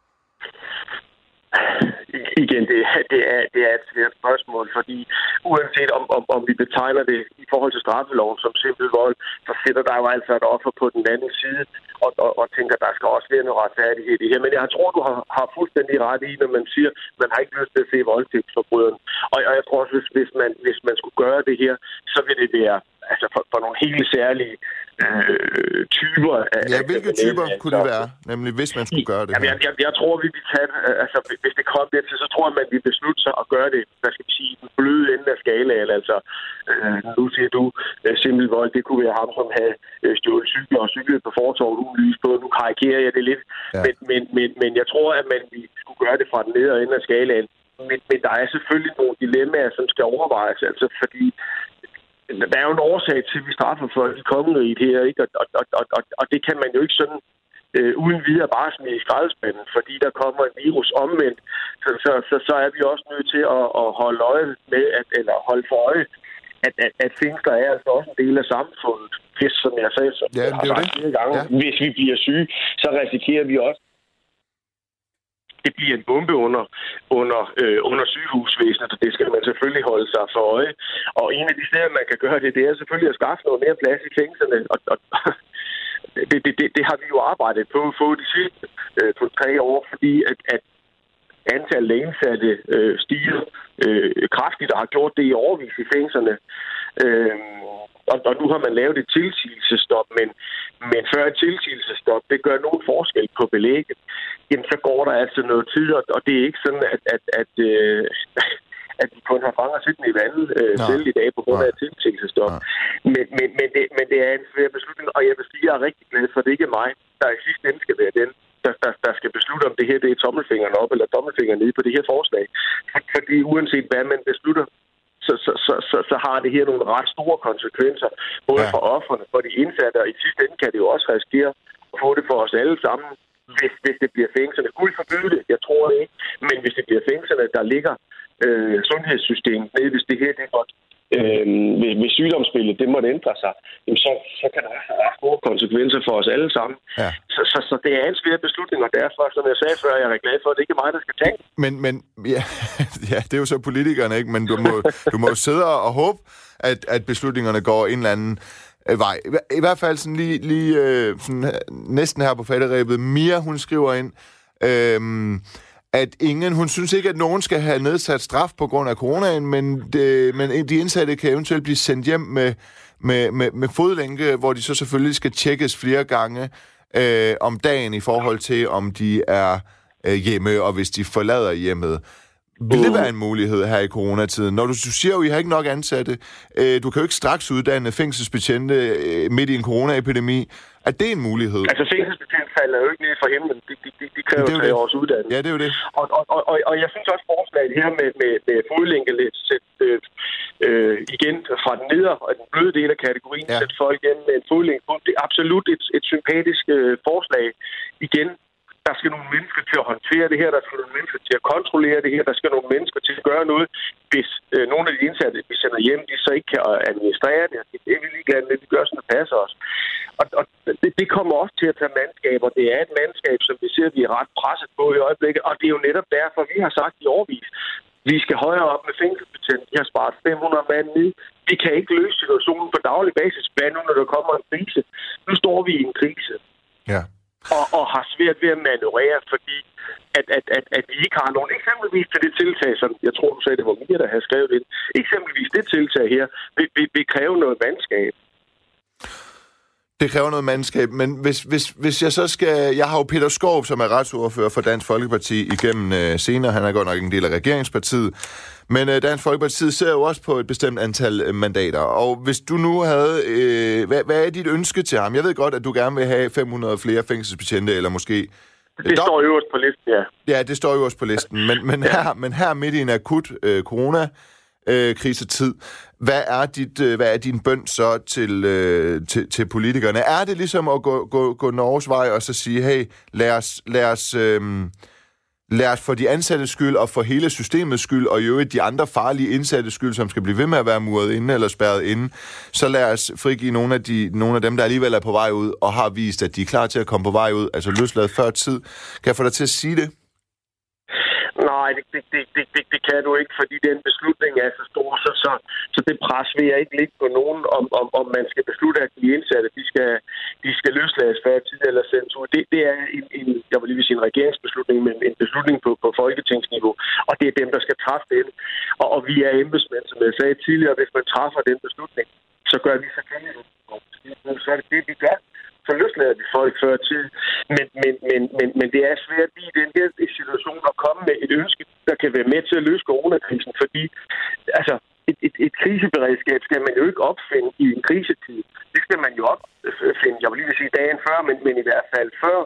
C: Igen, det, det, er, det er et svært spørgsmål, fordi uanset om, om, om vi betegner det i forhold til straffeloven som simpel vold, så sætter der jo altså et offer på den anden side og, og, og tænker, at der skal også være noget retfærdighed i det her. Men jeg tror, du har, har fuldstændig ret i, når man siger, at man har ikke lyst til at se voldtægtsforbryderen. Og, og jeg tror også, hvis, hvis, man, hvis man skulle gøre det her, så vil det være altså for, for nogle helt særlige øh, typer af...
A: Ja, hvilke typer kunne det være, nemlig hvis man skulle gøre det?
C: Jamen, jeg, jeg, jeg tror, vi vil tage... Altså, hvis det kom det til, så tror jeg, man vil beslutte sig at gøre det, hvad skal vi sige, den bløde ende af skalaen. Altså, øh, nu siger du, øh, simpel vold, det kunne være ham, som havde øh, stjålet cykler og cyklet på fortovet uden lys på. Nu karikerer jeg det lidt. Ja. Men, men, men, men jeg tror, at man vil skulle gøre det fra den nedre ende af skalaen. Men, men der er selvfølgelig nogle dilemmaer, som skal overvejes, altså fordi der er jo en årsag til, at vi straffer for de kongerige her, ikke? Og, og, og, og, og det kan man jo ikke sådan øh, uden videre bare smide i skraldespanden, fordi der kommer en virus omvendt. Så, så, så, så er vi også nødt til at, at holde øje med, at, eller holde for øje, at, at, at fængsler er altså også en del af samfundet. Hvis, som jeg sagde, så
A: ja,
C: har sagt flere gange, ja. Hvis vi bliver syge, så risikerer vi også, det bliver en bombe under, under, øh, under sygehusvæsenet, og det skal man selvfølgelig holde sig for øje. Og en af de steder, man kan gøre det, det er selvfølgelig at skaffe noget mere plads i fængslerne. Og, og det, det, det, det har vi jo arbejdet på at få de sidste øh, to tre år, fordi at, at antallet af indsatte øh, stiger øh, kraftigt, og har gjort det i årevis i fængslerne. Øh, Og, og nu har man lavet et tilsigelsesstop, men, men før et tilsigelsesstop, det gør nogen forskel på belægget. Jamen, så går der altså noget tid, og, og det er ikke sådan, at, at, at, øh, at vi kun har fanger siddende i vandet øh, selv i dag på grund af et tilsigelsesstop. Men, men, men, det, men det er en svær beslutning, og jeg vil sige, at jeg er rigtig glad for, det ikke er mig, der i sidste ende skal være den, der, der, der skal beslutte, om det her det er tommelfingeren op eller tommelfingeren nede på det her forslag. Fordi uanset hvad man beslutter, Så, så, så, så, så har det her nogle ret store konsekvenser, både ja. for offerne, for de indsatte, og i sidste ende kan det jo også risikere at få det for os alle sammen, hvis, hvis det bliver fængslerne. Gud forbyde det, jeg tror det ikke, men hvis det bliver fængslerne, der ligger øh, sundhedssystemet nede, hvis det her det er godt, øh, hvis, hvis sygdomsbilledet, det måtte ændre sig, jamen så, så kan der også have store konsekvenser for os alle sammen. Ja. Så, så, så det er en svær beslutning, og derfor, som jeg sagde før, jeg er glad for, at det ikke er mig, der skal tage.
A: Men, men ja, ja, det er jo så politikerne, ikke? Men du må, du må sidde og håbe, at, at beslutningerne går en eller anden øh, vej. I hvert fald sådan lige, lige øh, sådan, næsten her på fatteræbet. Mia, hun skriver ind, øh, at ingen, hun synes ikke, at nogen skal have nedsat straf på grund af coronaen, men, det, men de indsatte kan eventuelt blive sendt hjem med, med, med, med fodlænke, hvor de så selvfølgelig skal tjekkes flere gange øh, om dagen i forhold til, om de er øh, hjemme, og hvis de forlader hjemmet. Vil det være en mulighed her i coronatiden? Når du, du siger jo, at I har ikke nok ansatte. Øh, du kan jo ikke straks uddanne fængselsbetjente øh, midt i en coronaepidemi. Er det en mulighed?
C: Altså fængselsbetjente falder jo ikke ned fra himlen. De, de, de, de kræver tre års uddannelse.
A: Ja, det er jo det.
C: Og, og, og, og jeg synes også, forslaget her med, med, med fodlænke lidt sæt, øh, øh, igen fra den nedre og den bløde del af kategorien, ja. Sæt folk igen med en fodlænke på. Det er absolut et, et sympatisk øh, forslag. Igen, der skal nogle mennesker til at håndtere det her, der skal nogle mennesker til at kontrollere det her, der skal nogle mennesker til at gøre noget, hvis øh, nogle af de indsatte, vi sender hjem, de så ikke kan administrere det. Det er vi ligeglade med, vi gør sådan, det passer os. Og, og det, det kommer også til at tage mandskab, og det er et mandskab, som vi ser, vi er ret presset på i øjeblikket, og det er jo netop derfor, vi har sagt i årevis, vi skal højere op med fængselsbetjente. Vi har sparet fem hundrede mand ned. Vi kan ikke løse situationen på daglig basis, hvad nu, når der kommer en krise. Nu står vi i en krise.
A: Ja.
C: Og, og har svært ved at manøvrere, fordi at, at, at, at vi ikke har nogen. Eksempelvis til det tiltag, som jeg tror, du sagde, det var Mia, der havde skrevet det. Eksempelvis det tiltag her vil, vil, vil kræve noget mandskab.
A: Det kræver noget mandskab, men hvis, hvis, hvis jeg så skal... Jeg har jo Peter Skov, som er retsordfører for Dansk Folkeparti igennem øh, senere. Han er godt nok en del af regeringspartiet. Men øh, Dansk Folkeparti sidder jo også på et bestemt antal øh, mandater. Og hvis du nu havde... Øh, hvad, hvad er dit ønske til ham? Jeg ved godt, at du gerne vil have fem hundrede flere fængselsbetjente, eller måske...
C: Det øh, står jo også på listen, ja.
A: Ja, det står jo også på listen. Men, men, ja. her, men her midt i en akut øh, corona... Øh, krisetid. Hvad er, dit, øh, hvad er din bøn så til, øh, til, til politikerne? Er det ligesom at gå, gå, gå Norges vej og så sige, hey, lad os, lad os, øh, lad os for de ansattes skyld og for hele systemets skyld, og i øvrigt de andre farlige indsattes skyld, som skal blive ved med at være muret inde eller spærret inde, så lad os frigive nogle af, de, nogle af dem, der alligevel er på vej ud, og har vist, at de er klar til at komme på vej ud, altså løsladt før tid. Kan jeg få dig til at sige det?
C: Nej, det, det, det, det, det kan du ikke, fordi den beslutning er så stor, så, så, så det pres vil jeg ikke ligge på nogen, om, om, om man skal beslutte, at de indsatte, de skal, de skal løslades før tid eller sendes ud. Det, det er en, en, jeg vil lige vil sige en regeringsbeslutning, men en beslutning på, på folketingsniveau, og det er dem, der skal træffe den. Og, og vi er embedsmænd, som jeg sagde tidligere, hvis man træffer den beslutning, så gør vi selvfølgelig så er det det, vi gør. Så løslader vi folk før tid. Men, men, men, men, men det er svært i den her situation at komme med et ønske, der kan være med til at løse coronakrisen, fordi altså, et, et, et kriseberedskab skal man jo ikke opfinde i en krisetid. Det skal man jo opfinde, jeg vil lige sige dagen før, men, men i hvert fald før,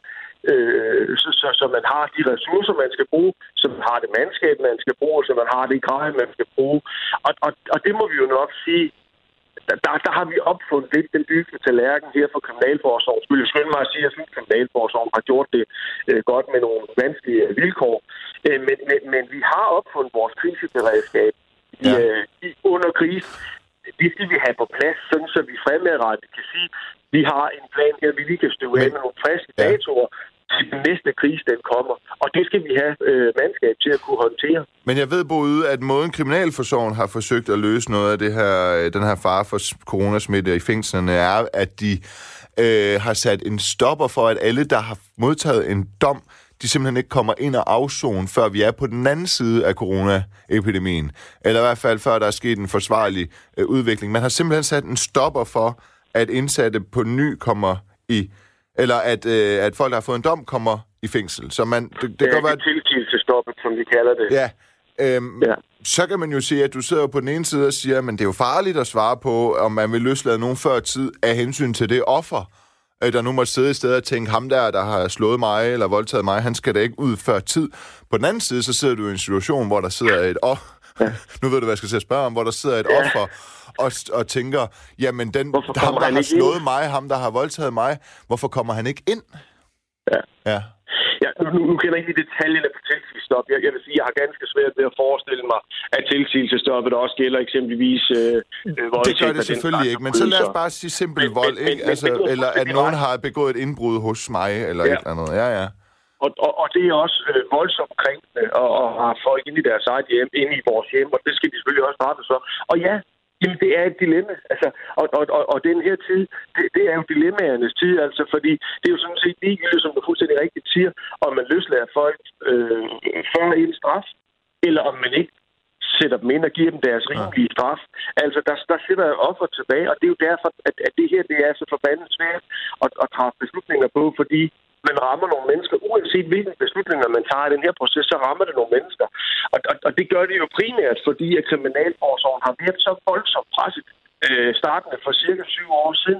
C: øh, så, så, så man har de ressourcer, man skal bruge, så man har det mandskab, man skal bruge, så man har det grej, man skal bruge. Og, og, og det må vi jo nok sige, Der, der, der har vi opfundet lidt den dybeste tallerken her for kriminalforsorgen. Skulle jeg skynde mig at sige, at jeg synes, at kriminalforsorgen har gjort det øh, godt med nogle vanskelige vilkår. Øh, men, men, men vi har opfundet vores kriseberedskab i, ja. øh, i, under krise. Det skal vi have på plads, sådan så vi fremadrettet kan sige, at vi har en plan her, vi lige kan støve af med nogle friske ja. datoer, til den næste krise, den kommer. Og det skal vi have øh, mandskab til at kunne håndtere.
A: Men jeg ved, Boyde, at måden kriminalforsorgen har forsøgt at løse noget af det her, den her fare for coronasmitte i fængslerne, er, at de øh, har sat en stopper for, at alle, der har modtaget en dom, de simpelthen ikke kommer ind og afzone, før vi er på den anden side af coronaepidemien. Eller i hvert fald, før der er sket en forsvarlig øh, udvikling. Man har simpelthen sat en stopper for, at indsatte på ny kommer i eller at, øh, at folk, der har fået en dom, kommer i fængsel. Så man, det, det, det
C: kan være tiltigelsestoppet, som vi kalder det.
A: Ja. Øhm, ja. Så kan man jo sige, at du sidder på den ene side og siger, men det er jo farligt at svare på, om man vil løslade nogen før tid af hensyn til det offer, der nu måtte sidde i stedet og tænke, ham der, der har slået mig eller voldtaget mig, han skal da ikke ud før tid. På den anden side, så sidder du i en situation, hvor der sidder et offer, ja. Nu ved du, hvad jeg skal til at spørge om, hvor der sidder et ja. offer, Og, og tænker, jamen den, ham, der har slået ind? mig, ham, der har voldtaget mig, hvorfor kommer han ikke ind?
C: Ja.
A: ja.
C: ja nu, nu kender jeg ikke detaljerne på tilsigelsesstop. Jeg, jeg vil sige, jeg har ganske svært ved at forestille mig, at tilsigelsesstoppet også gælder eksempelvis øh, voldtægt.
A: Det gør det selvfølgelig ikke, men så lad os bare sige simpel men, vold, men, ikke? Men, altså, men, eller at nogen har begået et indbrud hos mig, eller ja. et eller andet. Ja, ja.
C: Og, og, og det er også øh, voldsomt krænkende at, at have folk inde i deres eget hjem, inde i vores hjem, og det skal de selvfølgelig også straffes for. Og ja, jamen, det er et dilemma. Altså, og, og, og, og den her tid, det, det er jo dilemmaernes tid, altså, fordi det er jo sådan set ligegyldigt, som du fuldstændig rigtigt siger, om man løslader folk øh, før en straf, eller om man ikke sætter dem ind og giver dem deres rimelige straf. Altså, der, der sidder jo offer tilbage, og det er jo derfor, at, at det her det er så forbandet svært at, at træffe beslutninger på, fordi man rammer nogle mennesker. Uanset hvilke beslutninger man tager i den her proces, så rammer det nogle mennesker. Og, og, og det gør det jo primært, fordi at kriminalforsorgen har været så voldsomt presset øh, startende for cirka syv år siden.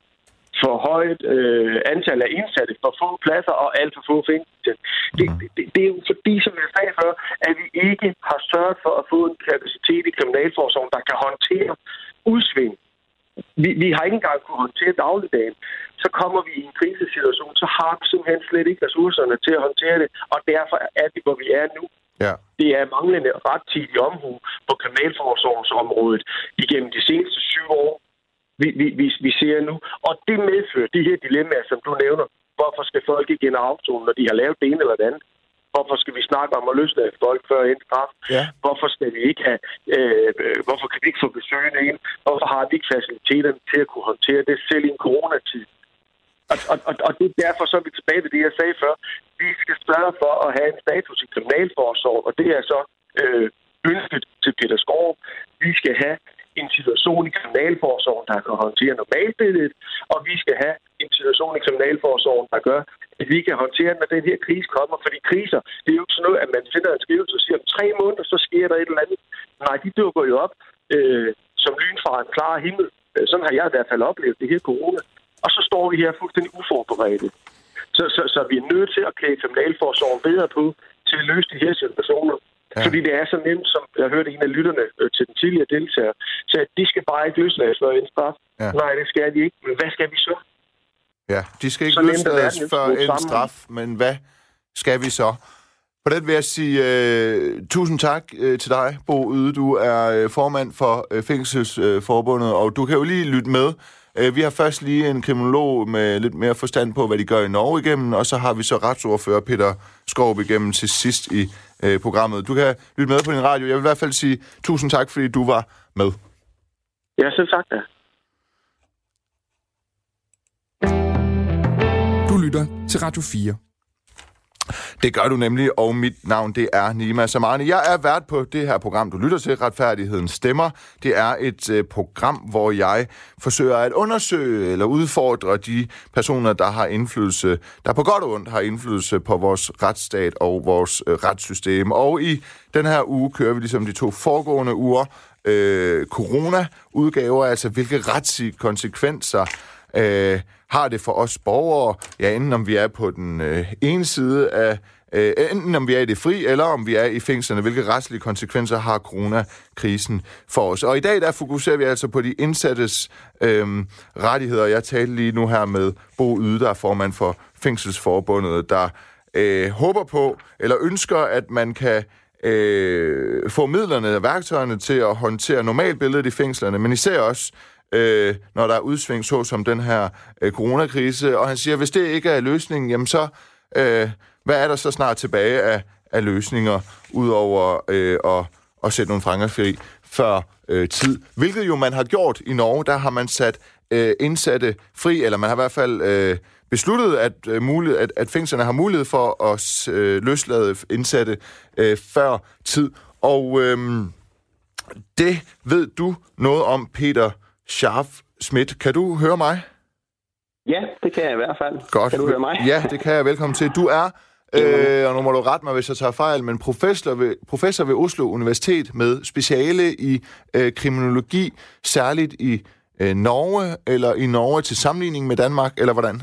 C: For højt øh, antal af indsatte, for få pladser og alt for få fængsler. Det, det, det er jo fordi, som jeg sagde før, at vi ikke har sørget for at få en kapacitet i kriminalforsorgen, der kan håndtere udsving. Vi, vi har ikke engang kunnet håndtere dagligdagen. Så kommer vi i en krisesituation, så har vi simpelthen slet ikke ressourcerne til at håndtere det, og derfor er det, hvor vi er nu.
A: Ja.
C: Det er manglende rettidig omhu på kriminalforsorgsområdet igennem de seneste syv år, vi, vi, vi, vi ser nu. Og det medfører de her dilemmaer, som du nævner. Hvorfor skal folk ikke ind og afzone, når de har lavet det ene eller det andet? Hvorfor skal vi snakke om at løslade folk før en straf?
A: Ja.
C: Hvorfor skal vi ikke have, øh, hvorfor kan vi ikke få besøgende ind? Hvorfor har vi ikke faciliteterne til at kunne håndtere det selv i en coronatid? Og, og, og, og det er derfor så er vi tilbage ved det, jeg sagde før. Vi skal sørge for at have en status i kriminalforsorg, og det er så øh, ønsket til Peter Skov. Vi skal have en situation i kriminalforsorgen, der kan håndtere normalbilledet, og vi skal have en situation i kriminalforsorgen, der gør, at vi kan håndtere, når den her krise kommer. Fordi kriser, det er jo ikke sådan noget, at man finder en skrivelse og siger, om tre måneder, så sker der et eller andet. Nej, de dukker jo op øh, som lyn fra en klar himmel. Sådan har jeg i hvert fald oplevet det her corona. Og så står vi her fuldstændig uforberedte. Så, så, så vi er nødt til at klæde kriminalforsorgen bedre på til at løse de her situationer. Ja. Fordi det er så nemt, som jeg hørte en af lytterne øh, til den tidligere deltager, så at de skal bare ikke løslades før en straf. Ja. Nej, det skal de ikke. Men hvad skal vi så?
A: Ja, de skal ikke løslades før en straf, men hvad skal vi så? På den vil jeg sige uh, tusind tak uh, til dig, Bo Yde. Du er uh, formand for uh, Fængselsforbundet, uh, og du kan jo lige lytte med. Uh, vi har først lige en kriminolog med lidt mere forstand på, hvad de gør i Norge igennem, og så har vi så retsordfører Peter Skov igennem til sidst i uh, programmet. Du kan lytte med på din radio. Jeg vil i hvert fald sige tusind tak, fordi du var med.
C: Ja, selv tak da.
D: Du lytter til Radio fire.
A: Det gør du nemlig, og mit navn det er Nima Samani. Jeg er vært på det her program, du lytter til, Retfærdighedens Stemmer. Det er et øh, program, hvor jeg forsøger at undersøge eller udfordre de personer, der har indflydelse, der på godt og ondt har indflydelse på vores retsstat og vores øh, retssystem. Og i den her uge kører vi ligesom de to foregående uger øh, corona-udgaver, altså hvilke retslige konsekvenser øh, har det for os borgere, ja, enten om vi er på den øh, ene side af, øh, enten om vi er i det fri, eller om vi er i fængslerne, hvilke retslige konsekvenser har coronakrisen for os. Og i dag, der fokuserer vi altså på de indsattes øh, rettigheder. Jeg talte lige nu her med Bo Yde, der er formand for Fængselsforbundet, der øh, håber på, eller ønsker, at man kan øh, få midlerne og værktøjerne til at håndtere normalbilledet i fængslerne, men især også Øh, når der er udsving, så som den her øh, coronakrise. Og han siger, at hvis det ikke er løsningen, jamen så, øh, hvad er der så snart tilbage af, af løsninger, udover øh, at, at sætte nogle fanger fri før øh, tid? Hvilket jo man har gjort i Norge, der har man sat øh, indsatte fri, eller man har i hvert fald øh, besluttet, at, øh, mulighed, at, at fængslerne har mulighed for at øh, løslade indsatte øh, før tid. Og øh, det ved du noget om, Peter Scharf Schmidt. Kan du høre mig?
D: Ja, det kan jeg i hvert fald.
A: Godt.
D: Kan du høre mig?
A: Ja, det kan jeg. Velkommen til. Du er, øh, og nu må du rette mig, hvis jeg tager fejl, men professor ved, professor ved Oslo Universitet med speciale i øh, kriminologi, særligt i øh, Norge, eller i Norge til sammenligning med Danmark, eller hvordan?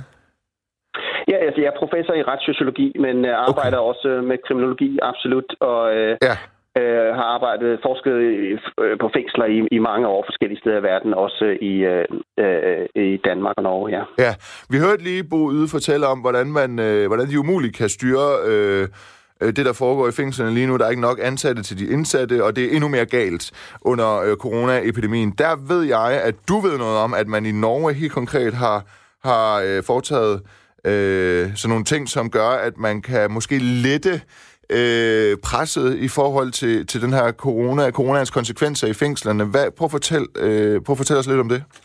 D: Ja, altså jeg er professor i retssociologi, men øh, arbejder okay. også med kriminologi, absolut, og øh, ja. Øh, har arbejdet, forsket i, øh, på fængsler i, i mange år forskellige steder i verden, også i, øh, øh, i Danmark og Norge, ja.
A: Ja, vi hørte lige Bo Yde fortælle om, hvordan, man, øh, hvordan de umuligt kan styre øh, det, der foregår i fængslerne lige nu. Der er ikke nok ansatte til de indsatte, og det er endnu mere galt under øh, coronaepidemien. Der ved jeg, at du ved noget om, at man i Norge helt konkret har, har øh, foretaget øh, sådan nogle ting, som gør, at man kan måske lette Øh, presset i forhold til, til den her corona, coronaens konsekvenser i fængslerne. Hvad, prøv, at fortælle, øh, prøv at fortælle os lidt om det.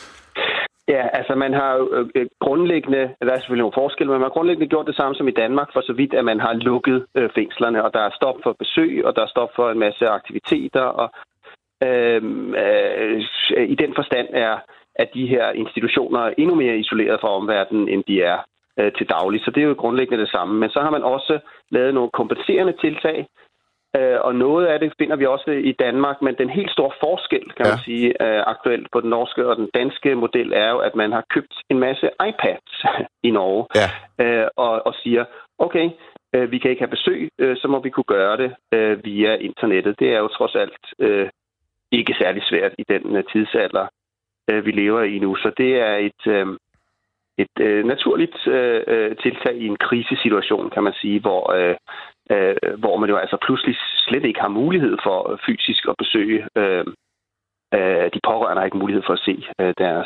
D: Ja, altså man har øh, grundlæggende, der er selvfølgelig nogle forskelle, men man har grundlæggende gjort det samme som i Danmark, for så vidt, at man har lukket øh, fængslerne, og der er stop for besøg, og der er stop for en masse aktiviteter, og øh, øh, i den forstand er, at de her institutioner endnu mere isoleret fra omverdenen, end de er til daglig. Så det er jo grundlæggende det samme. Men så har man også lavet nogle kompenserende tiltag, og noget af det finder vi også i Danmark, men den helt store forskel, kan ja. man sige, aktuelt på den norske og den danske model, er jo, at man har købt en masse iPads i Norge, ja. og, og siger, okay, vi kan ikke have besøg, så må vi kunne gøre det via internettet. Det er jo trods alt ikke særlig svært i den tidsalder, vi lever i nu. Så det er et et øh, naturligt øh, tiltag i en krisesituation, kan man sige, hvor, øh, øh, hvor man jo altså pludselig slet ikke har mulighed for fysisk at besøge. Øh, øh, de pårørende har ikke mulighed for at se øh, deres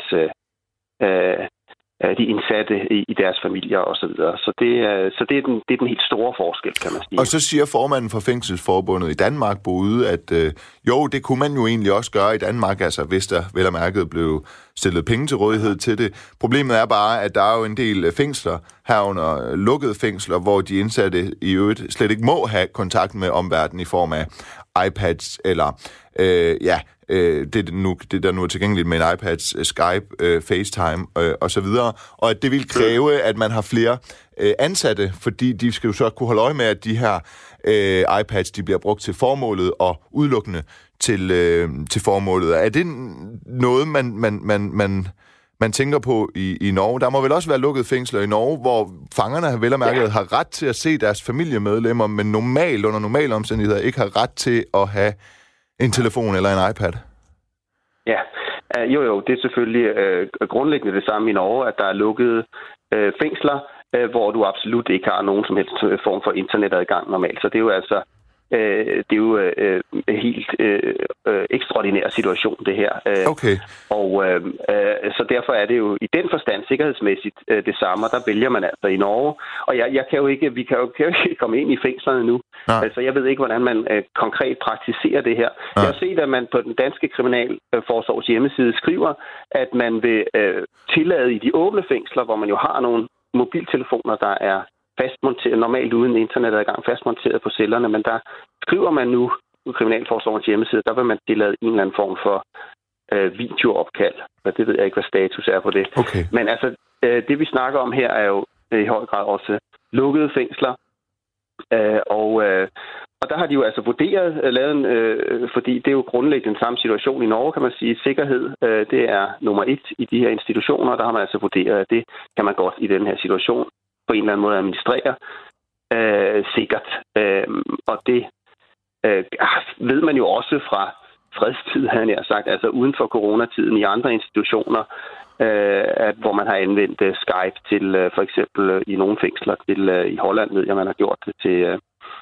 D: øh, de indsatte i, i deres familier og så videre. Så det, øh, så det er den det er den helt store forskel, kan man sige.
A: Og så siger formanden for Fængselsforbundet i Danmark, Bo Yde, at øh, jo, det kunne man jo egentlig også gøre i Danmark, altså hvis der vel og mærket blev stillet penge til rådighed til det. Problemet er bare, at der er jo en del fængsler, herunder lukkede fængsler, hvor de indsatte i øvrigt slet ikke må have kontakt med omverdenen i form af iPads eller øh, ja, øh, det, nu, det der nu er tilgængeligt med en iPad, Skype, øh, FaceTime øh, og så videre, og at det vil kræve, at man har flere øh, ansatte, fordi de skal jo så kunne holde øje med, at de her øh, iPads, de bliver brugt til formålet og udelukkende til, øh, til formålet. Er det noget, man, man, man, man, man tænker på i, i Norge? Der må vel også være lukket fængsler i Norge, hvor fangerne vel og mærket ja. har ret til at se deres familiemedlemmer, men normalt, under normale omstændigheder, ikke har ret til at have en telefon eller en iPad?
D: Ja, uh, jo jo, det er selvfølgelig uh, grundlæggende det samme i Norge, at der er lukkede uh, fængsler, uh, hvor du absolut ikke har nogen som helst form for internetadgang normalt. Så det er jo altså Øh, det er jo øh, helt øh, øh, ekstraordinær situation, det her.
A: Okay.
D: Og øh, øh, så derfor er det jo i den forstand sikkerhedsmæssigt øh, det samme, og der vælger man altså i Norge. Og jeg, jeg kan jo ikke, vi kan jo, kan jo ikke komme ind i fængslerne nu. Nej. Altså jeg ved ikke, hvordan man øh, konkret praktiserer det her. Nej. Jeg har set, at man på den danske kriminalforsorgs hjemmeside skriver, at man vil øh, tillade i de åbne fængsler, hvor man jo har nogle mobiltelefoner, der er fastmonteret, normalt uden internetadgang, fastmonteret på cellerne, men der skriver man nu på Kriminalforsorgens hjemmeside, der vil man tillade en eller anden form for øh, videoopkald. Og det ved jeg ikke, hvad status er på det.
A: Okay.
D: Men altså, øh, det vi snakker om her er jo i høj grad også lukkede fængsler. Øh, og, øh, og der har de jo altså vurderet, øh, lavet en, øh, fordi det er jo grundlæggende den samme situation i Norge, kan man sige. Sikkerhed, øh, det er nummer et i de her institutioner, og der har man altså vurderet, at det kan man godt i den her situation på en eller anden måde administrere øh, sikkert. Øh, og det øh, ved man jo også fra fredstid, havde jeg sagt, altså uden for coronatiden i andre institutioner, øh, at, hvor man har anvendt uh, Skype til uh, for eksempel uh, i nogle fængsler til uh, i Holland, ved jeg, man har gjort det til uh,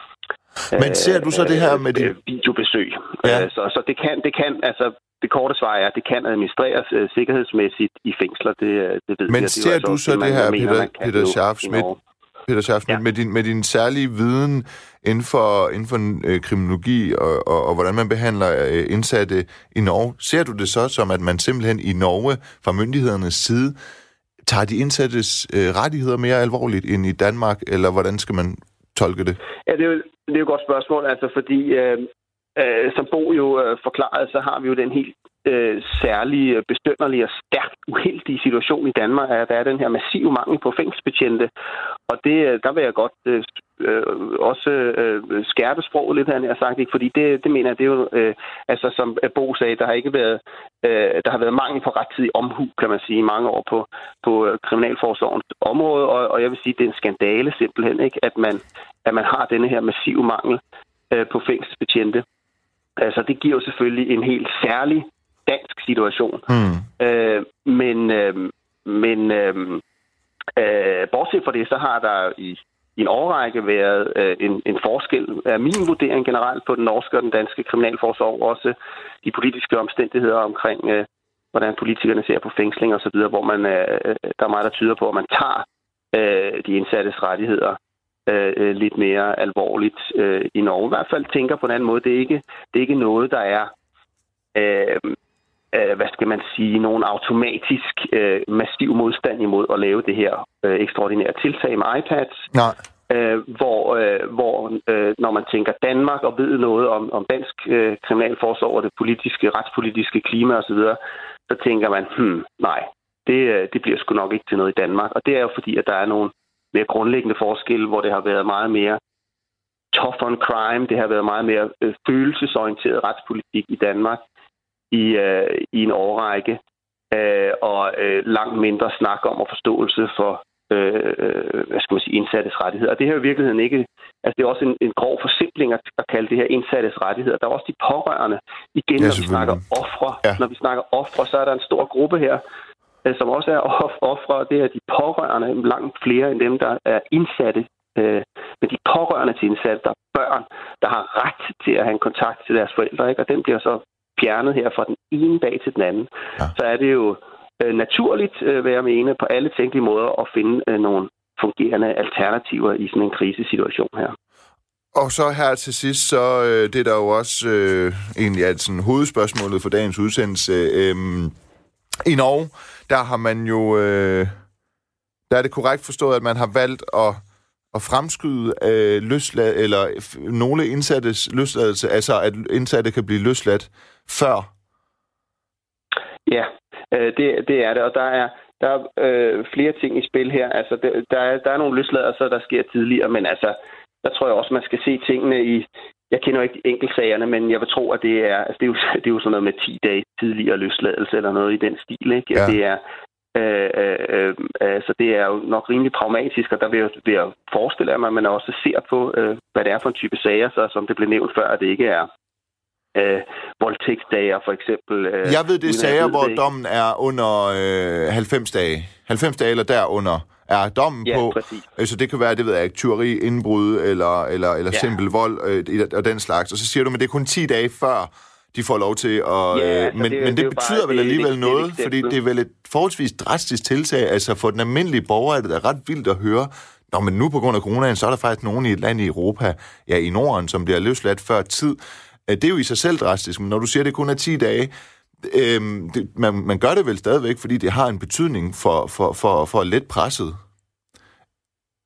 A: Men ser du så det her med de...
D: videobesøg.
A: Ja.
D: Uh, så, så det kan, det kan, altså det korte svar er, at det kan administreres uh, sikkerhedsmæssigt i fængsler. Det, det ved
A: Men
D: jeg,
A: ser
D: det
A: du så det, det her, mener, Peter, Peter Scharf-Schmidt, Peter Scharf-Schmidt, ja. med, din, med din særlige viden inden for, inden for øh, kriminologi og, og, og hvordan man behandler øh, indsatte i Norge, ser du det så som, at man simpelthen i Norge fra myndighedernes side tager de indsattes øh, rettigheder mere alvorligt end i Danmark, eller hvordan skal man tolke det?
D: Ja, det er jo, det er jo et godt spørgsmål, altså fordi øh, øh, som Bo jo øh, forklarede, så har vi jo den helt øh, særlige, bestønderlige og stærkt uheldige situation i Danmark, at der er den her massive mangel på fængselsbetjente. Og det, der vil jeg godt øh, også øh, skærpe sproget lidt, han har sagt, ikke? Fordi det, det mener jeg, det er jo, øh, altså som Bo sagde, der har ikke været, øh, der har været mangel på rettidig omhu, kan man sige, mange år på, på kriminalforsorgens område, og, og jeg vil sige, det er en skandale simpelthen, ikke? At man, at man har denne her massive mangel øh, på fængselsbetjente. Altså, det giver jo selvfølgelig en helt særlig dansk situation. Mm. Øh, men øh, men øh, øh, bortset fra det, så har der i, i en årrække været øh, en, en forskel af min vurdering generelt på den norske og den danske kriminalforsorg, også de politiske omstændigheder omkring, øh, hvordan politikerne ser på fængsling og så videre, hvor man, øh, der er meget, der tyder på, at man tager øh, de indsattes rettigheder øh, lidt mere alvorligt øh, i Norge. I hvert fald tænker på en anden måde, det er ikke, det er ikke noget, der er øh, hvad skal man sige, nogen automatisk øh, massiv modstand imod at lave det her øh, ekstraordinære tiltag med iPads.
A: Nej.
D: Øh, hvor øh, hvor øh, når man tænker Danmark og ved noget om, om dansk øh, kriminalforsorg og det politiske, retspolitiske klima osv., så tænker man, hmm, nej, det, det bliver sgu nok ikke til noget i Danmark. Og det er jo fordi, at der er nogle mere grundlæggende forskelle, hvor det har været meget mere tough on crime, det har været meget mere øh, følelsesorienteret retspolitik i Danmark i, øh, i en årrække, øh, og øh, langt mindre snak om og forståelse for øh, hvad skal man sige, indsattes rettigheder. Og det her er i virkeligheden ikke, altså det er også en, en grov forsimpling at, at kalde det her indsattes rettigheder. Der er også de pårørende. Igen, ja, når vi snakker ofre, ja. når vi snakker ofre, så er der en stor gruppe her, øh, som også er ofre. Det er de pårørende, langt flere end dem, der er indsatte. Øh, men de pårørende til indsatte, der er børn, der har ret til at have en kontakt til deres forældre, ikke? Og den bliver så fjernet her fra den ene dag til den anden. Ja. Så er det jo øh, naturligt, øh, vil jeg mene, på alle tænkelige måder at finde øh, nogle fungerende alternativer i sådan en krisesituation her.
A: Og så her til sidst, så øh, det er der jo også øh, egentlig er sådan hovedspørgsmålet for dagens udsendelse. Øh, I Norge, der har man jo, øh, der er det korrekt forstået, at man har valgt at at fremskyde øh, løslad, eller f- nogle indsattes løsladelse, altså at indsatte kan blive løsladt før?
D: Ja, øh, det, det er det, og der er, der er øh, flere ting i spil her. Altså, det, der, er, der er nogle løsladelser, der sker tidligere, men altså, der tror jeg også, man skal se tingene i... Jeg kender ikke de enkeltsagerne, men jeg vil tro, at det er, altså, det er, jo, det er jo sådan noget med ti dage tidligere løsladelse, eller noget i den stil, ikke? Ja. Det er... Øh, øh, øh, så det er jo nok rimelig pragmatisk, og der vil jeg, vil jeg forestille mig, at man også ser på, øh, hvad det er for en type sager, så som det blev nævnt før, at det ikke er øh, voldtægtssager for eksempel. Øh,
A: jeg ved, det er sager, hvor det. dommen er under øh, halvfems dage. halvfems dage eller derunder er dommen
D: ja,
A: på.
D: Præcis.
A: Så det kan være, det ved jeg ikke, tyveri, indbrud eller, eller, eller ja. simpel vold øh, og den slags. Og så siger du, men det er kun ti dage før de får lov til at... Ja, altså men det, men det, det betyder bare, vel alligevel det, noget, det fordi det er vel et forholdsvis drastisk tiltag. Altså for den almindelige borger er det da ret vildt at høre, nå, men nu på grund af coronaen, så er der faktisk nogen i et land i Europa, ja i Norden, som bliver løsladt før tid. Det er jo i sig selv drastisk, men når du siger, at det kun er ti dage, øhm, det, man, man gør det vel stadigvæk, fordi det har en betydning for, for, for, for at lette presset.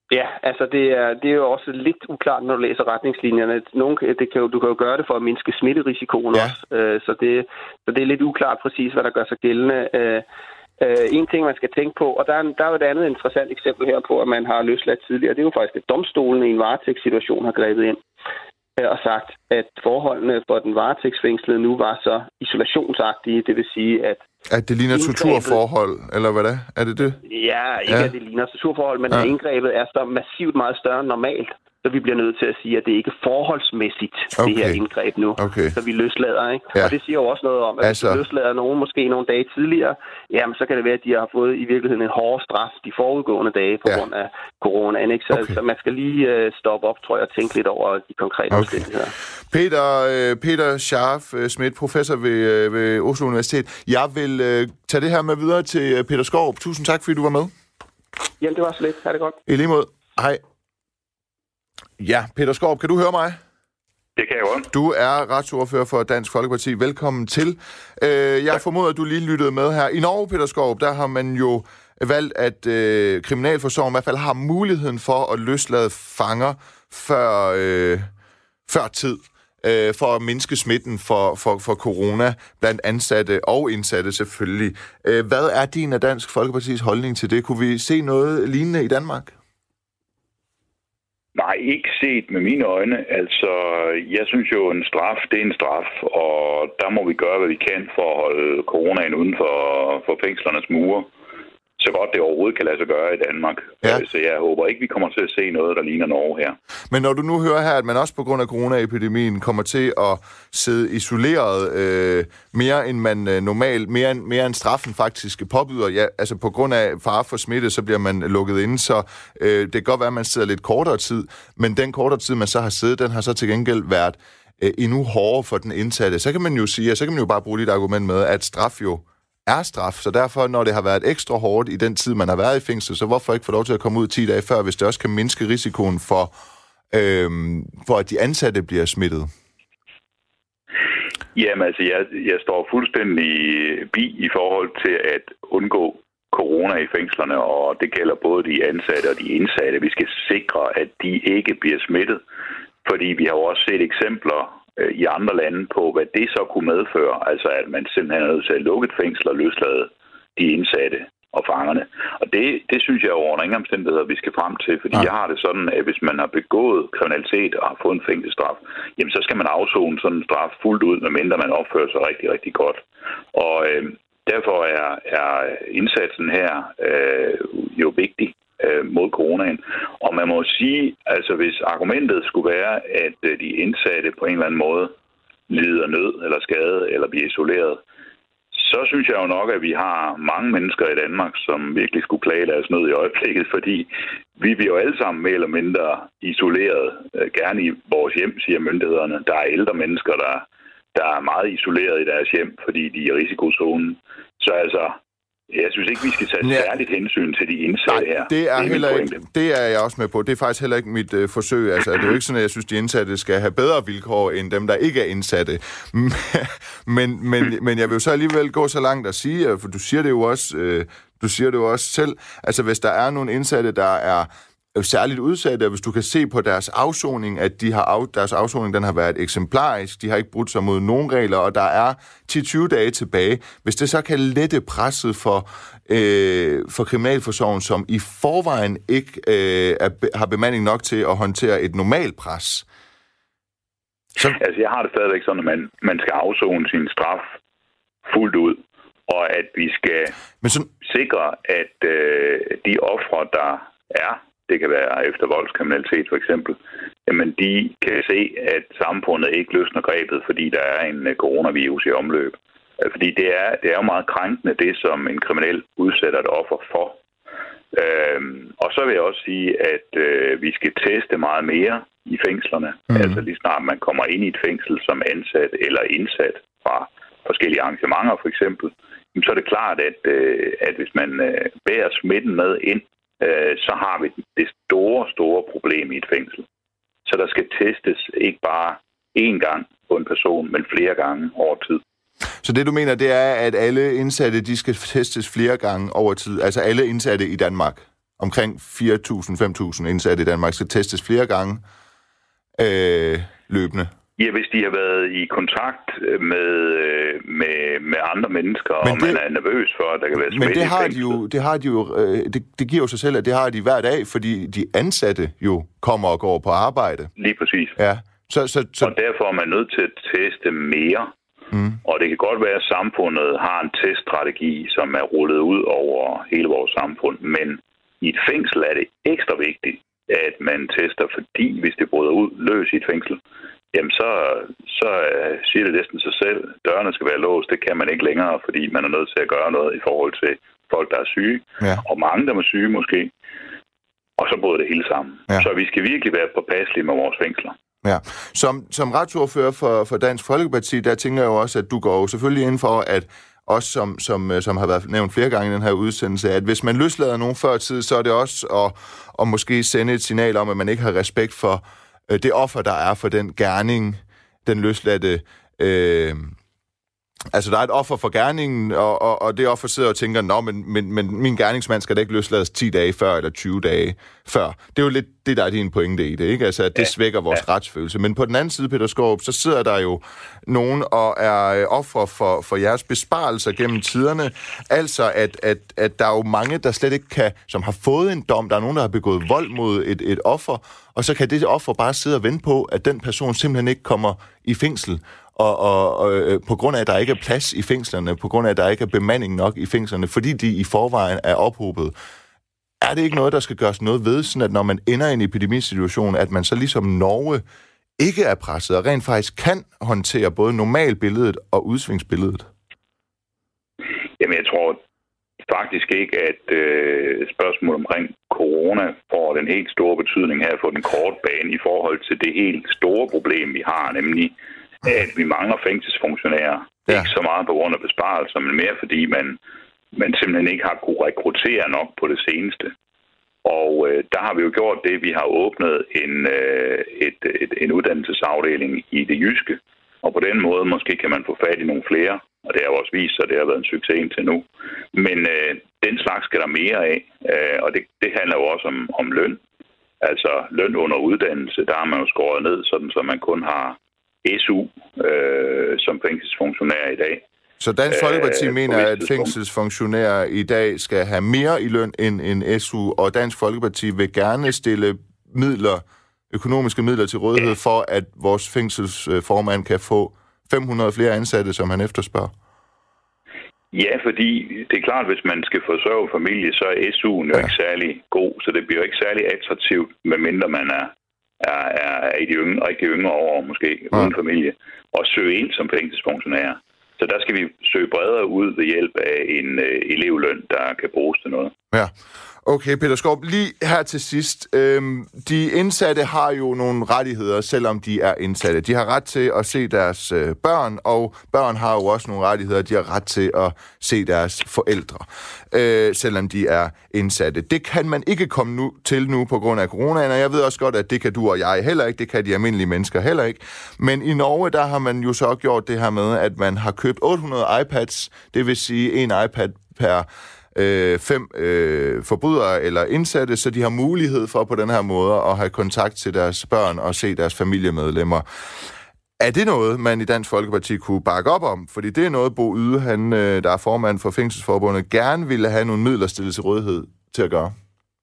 D: Ja, altså det er, det er jo også lidt uklart, når du læser retningslinjerne. Nogle, det kan jo, du kan jo gøre det for at mindske smitterisikoen ja. også, øh, så, det, så det er lidt uklart præcis, hvad der gør sig gældende. Øh, øh, en ting, man skal tænke på, og der er, der er jo et andet interessant eksempel her på, at man har løsladt tidligere, det er jo faktisk, at domstolen i en varetægtssituation har grebet ind og sagt, at forholdene for den varetægtsfængslede nu var så isolationsagtige, det vil sige, at
A: at det ligner torturforhold, eller hvad det er? Er det det?
D: Ja, ikke ja. at det ligner torturforhold, men ja. indgrebet er så massivt meget større end normalt, så vi bliver nødt til at sige, at det ikke er forholdsmæssigt, okay. det her indgreb nu, okay. så vi løslader, ikke? Ja. Og det siger jo også noget om, at altså... hvis du løslader nogen måske nogle dage tidligere, jamen så kan det være, at de har fået i virkeligheden en hårdere straf de forudgående dage på ja. grund af coronaen, ikke? Så, okay. så man skal lige uh, stoppe op, tror jeg, og tænke lidt over de konkrete okay. omstændigheder.
A: Peter, uh, Peter Scharf Schmidt, professor ved, uh, ved Oslo Universitet. Jeg vil uh, tage det her med videre til uh, Peter Skaarup. Tusind tak, fordi du var med.
D: Jamen, det var så lidt. Ha' det godt.
A: I lige måde. Hej. Ja, Peter Skaarup, kan du høre mig?
E: Det kan jeg godt.
A: Du er retsordfører for Dansk Folkeparti. Velkommen til. Jeg formoder, at du lige lyttede med her. I Norge, Peter Skaarup, der har man jo valgt, at øh, kriminalforsorgen i hvert fald har muligheden for at løslade fanger før, øh, før tid, øh, for at mindske smitten for, for, for corona blandt ansatte og indsatte selvfølgelig. Hvad er din af Dansk Folkepartis holdning til det? Kunne vi se noget lignende i Danmark?
E: Nej, ikke set med mine øjne. Altså, jeg synes jo, en straf, det er en straf, og der må vi gøre, hvad vi kan for at holde coronaen uden for, for fængslernes mure, så godt det overhovedet kan lade sig gøre i Danmark. Ja. Så jeg håber ikke, vi kommer til at se noget, der ligner Norge her. Men
A: når du nu hører her, at man også på grund af coronaepidemien kommer til at sidde isoleret øh, mere end man øh, normalt, mere end, mere end straffen faktisk påbyder, ja, altså på grund af fare for smitte, så bliver man lukket inde, så øh, det kan godt være, at man sidder lidt kortere tid, men den kortere tid, man så har siddet, den har så til gengæld været øh, endnu hårdere for den indsatte. Så kan man jo sige, og så kan man jo bare bruge lidt argument med, at straf jo er straf, så derfor, når det har været ekstra hårdt i den tid, man har været i fængsel, så hvorfor ikke få lov til at komme ud ti dage før, hvis det også kan mindske risikoen for, øhm, for at de ansatte bliver smittet?
E: Jamen altså, jeg, jeg står fuldstændig bi i forhold til at undgå corona i fængslerne, og det gælder både de ansatte og de indsatte. Vi skal sikre, at de ikke bliver smittet, fordi vi har jo også set eksempler i andre lande på, hvad det så kunne medføre. Altså, at man simpelthen er nødt til at lukke et fængsel og løslade de indsatte og fangerne. Og det, det synes jeg over ingen omstændigheder, vi skal frem til, fordi ja. jeg har det sådan, at hvis man har begået kriminalitet og har fået en fængselsstraf, jamen så skal man afzone sådan en straf fuldt ud, medmindre man opfører sig rigtig, rigtig godt. Og øh, derfor er, er indsatsen her øh, jo vigtig mod coronaen. Og man må sige, altså hvis argumentet skulle være, at de indsatte på en eller anden måde lider nød eller skade eller bliver isoleret, så synes jeg jo nok, at vi har mange mennesker i Danmark, som virkelig skulle klage deres nød i øjeblikket, fordi vi bliver jo alle sammen mere eller mindre isoleret, gerne i vores hjem, siger myndighederne. Der er ældre mennesker, der, der er meget isoleret i deres hjem, fordi de er i risikozonen. Så altså, jeg synes ikke, vi skal tage ja. særligt hensyn til de indsatte her.
A: Det er, det er heller ikke, det er jeg også med på. Det er faktisk heller ikke mit øh, forsøg. Altså, det er jo ikke sådan, at jeg synes, at de indsatte skal have bedre vilkår end dem, der ikke er indsatte. men, men, men jeg vil jo så alligevel gå så langt at sige, for du siger det jo også, øh, du siger det jo også selv, altså hvis der er nogle indsatte, der er særligt udsatte, og hvis du kan se på deres afsoning, at de har af, deres afsoning den har været eksemplarisk, de har ikke brudt sig mod nogen regler, og der er ti til tyve dage tilbage. Hvis det så kan lette presset for, øh, for kriminalforsorgen, som i forvejen ikke øh, er, har bemanding nok til at håndtere et normalt pres.
E: Så... Altså, jeg har det stadigvæk sådan, at man, man skal afzone sin straf fuldt ud, og at vi skal Men så... sikre, at øh, de ofre, der er, det kan være efter voldskriminalitet for eksempel, jamen de kan se, at samfundet ikke løsner grebet, fordi der er en coronavirus i omløb. Fordi det er, det er jo meget krænkende, det som en kriminel udsætter et offer for. Øhm, og så vil jeg også sige, at øh, vi skal teste meget mere i fængslerne. Mm. Altså lige snart man kommer ind i et fængsel som ansat eller indsat fra forskellige arrangementer for eksempel, så er det klart, at, øh, at hvis man øh, bærer smitten med ind, så har vi det store, store problem i et fængsel. Så der skal testes ikke bare én gang på en person, men flere gange over tid.
A: Så det, du mener, det er, at alle indsatte, de skal testes flere gange over tid? Altså alle indsatte i Danmark? omkring fire tusind til fem tusind indsatte i Danmark skal testes flere gange øh, løbende.
E: Ja, hvis de har været i kontakt med, med, med andre mennesker, men og det, man er nervøs for, at der kan være smitte.
A: Men det har de jo, det har de jo, øh, det, det giver jo sig selv, at det har de hver dag, fordi de ansatte jo kommer og går på arbejde.
E: Lige præcis.
A: Ja. Så, så, så...
E: Og derfor er man nødt til at teste mere. Mm. Og det kan godt være, at samfundet har en teststrategi, som er rullet ud over hele vores samfund, men i et fængsel er det ekstra vigtigt, at man tester, fordi hvis det bryder ud løs i et fængsel, jamen så, så uh, siger det næsten sig selv. Dørene skal være låst, det kan man ikke længere, fordi man er nødt til at gøre noget i forhold til folk, der er syge, ja. Og mange, der er syge måske. Og så bryder det hele sammen. Ja. Så vi skal virkelig være påpasselige med vores fængsler.
A: Ja. Som, som retsordfører for, for Dansk Folkeparti, der tænker jeg jo også, at du går jo selvfølgelig ind for, at også som, som, som har været nævnt flere gange i den her udsendelse, at hvis man løslader nogen før tid, så er det også at, at måske sende et signal om, at man ikke har respekt for øh, det offer, der er for den gerning, den løsladte. Øh, altså, der er et offer for gerningen, og, og, og det offer sidder og tænker, nå, men, men, men min gerningsmand skal da ikke løslades ti dage før, eller tyve dage før. Det er jo lidt det, der er din pointe i det, ikke? Altså, at det ja. svækker vores ja. retsfølelse. Men på den anden side, Peter Skaarup, så sidder der jo nogen og er offer for, for jeres besparelser gennem tiderne. Altså, at, at, at der er jo mange, der slet ikke kan, som har fået en dom. Der er nogen, der har begået vold mod et, et offer, og så kan det offer bare sidde og vente på, at den person simpelthen ikke kommer i fængsel. Og, og, og på grund af, at der ikke er plads i fængslerne, på grund af, at der ikke er bemanding nok i fængslerne, fordi de i forvejen er ophobet. Er det ikke noget, der skal gøres noget ved, sådan at når man ender i en epidemisituation, at man så ligesom Norge ikke er presset, og rent faktisk kan håndtere både normalbilledet og udsvingsbilledet?
E: Jamen, jeg tror faktisk ikke, at øh, spørgsmålet omkring corona får den helt store betydning her for den korte bane i forhold til det helt store problem, vi har, nemlig at vi mangler fængselsfunktionærer. Ja. Ikke så meget på grund af besparelser, men mere fordi man, man simpelthen ikke har kunne rekruttere nok på det seneste. Og øh, der har vi jo gjort det, vi har åbnet en, øh, et, et, en uddannelsesafdeling i det jyske. Og på den måde måske kan man få fat i nogle flere. Og det har også vist sig, at det har været en succes indtil nu. Men øh, den slags skal der mere af. Øh, og det, det handler jo også om, om løn. Altså løn under uddannelse, der har man jo skåret ned, sådan så man kun har S U øh, som fængselsfunktionær i dag.
A: Så Dansk Folkeparti øh, mener, at fængselsfunktionærer i dag skal have mere i løn end en S U, og Dansk Folkeparti vil gerne stille midler, økonomiske midler til rådighed ja. for, at vores fængselsformand kan få fem hundrede flere ansatte, som han efterspørger.
E: Ja, fordi det er klart, at hvis man skal forsørge familie, så er S U'en jo ja. ikke særlig god, så det bliver jo ikke særlig attraktivt, medmindre man er er, er i de yngre, rigtig yngre år, måske ja. uden familie, og søge ind som fængselsfunktionær. Så der skal vi søge bredere ud ved hjælp af en øh, elevløn, der kan bruges til noget.
A: Ja. Okay, Peter Skaarup, lige her til sidst. Øhm, de indsatte har jo nogle rettigheder, selvom de er indsatte. De har ret til at se deres øh, børn, og børn har jo også nogle rettigheder. De har ret til at se deres forældre, øh, selvom de er indsatte. Det kan man ikke komme nu, til nu på grund af coronaen, og jeg ved også godt, at det kan du og jeg heller ikke. Det kan de almindelige mennesker heller ikke. Men i Norge, der har man jo så gjort det her med, at man har købt otte hundrede iPads, det vil sige en iPad per Øh, fem øh, forbrydere eller indsatte, så de har mulighed for på den her måde at have kontakt til deres børn og se deres familiemedlemmer. Er det noget, man i Dansk Folkeparti kunne bakke op om? Fordi det er noget, Bo Yde, han, øh, der er formand for Fængselsforbundet, gerne ville have nogle midler stillet til rådighed til at gøre.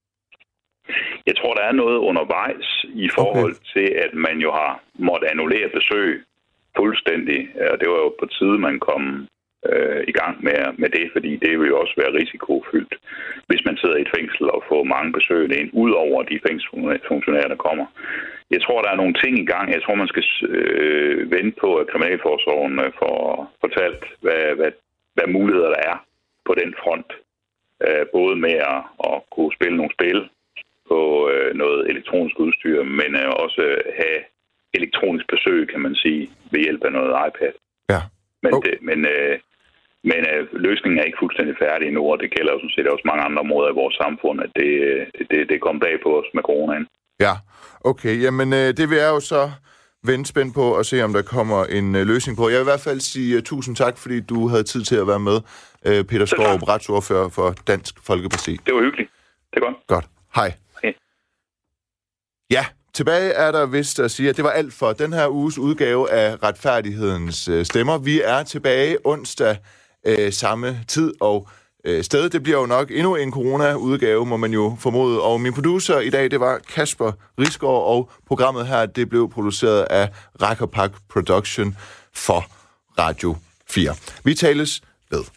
E: Jeg tror, der er noget undervejs i forhold okay. til, at man jo har måttet annullere besøg fuldstændig. Og det var jo på tide, man kom i gang med, med det, fordi det vil jo også være risikofyldt, hvis man sidder i et fængsel og får mange besøgende ind, ud over de fængselsfunktionærer, der kommer. Jeg tror, der er nogle ting i gang. Jeg tror, man skal øh, vente på, at Kriminalforsorgen får fortalt, hvad, hvad, hvad muligheder der er på den front. Øh, både med at, at kunne spille nogle spil på øh, noget elektronisk udstyr, men øh, også have elektronisk besøg, kan man sige, ved hjælp af noget iPad. Ja. Men, oh. det, men, øh, men øh, løsningen er ikke fuldstændig færdig endnu, og det gælder jo sådan set også mange andre områder i vores samfund, at det, det, det kom bag på os med coronaen. Ja, okay. Jamen, øh, det vil jeg jo så vente spændt på og se, om der kommer en øh, løsning på. Jeg vil i hvert fald sige uh, tusind tak, fordi du havde tid til at være med, uh, Peter Skaarup, retsordfører for Dansk Folkeparti. Det var hyggeligt. Det er godt.
A: Godt. Hej.
E: Hej.
A: Ja, tilbage er der vist at sige, at det var alt for den her uges udgave af Retfærdighedens øh, Stemmer. Vi er tilbage onsdag øh, samme tid og øh, sted. Det bliver jo nok endnu en corona-udgave, må man jo formode. Og min producer i dag, det var Kasper Risgaard, og programmet her, det blev produceret af Rakkerpak Production for Radio fire. Vi tales ved.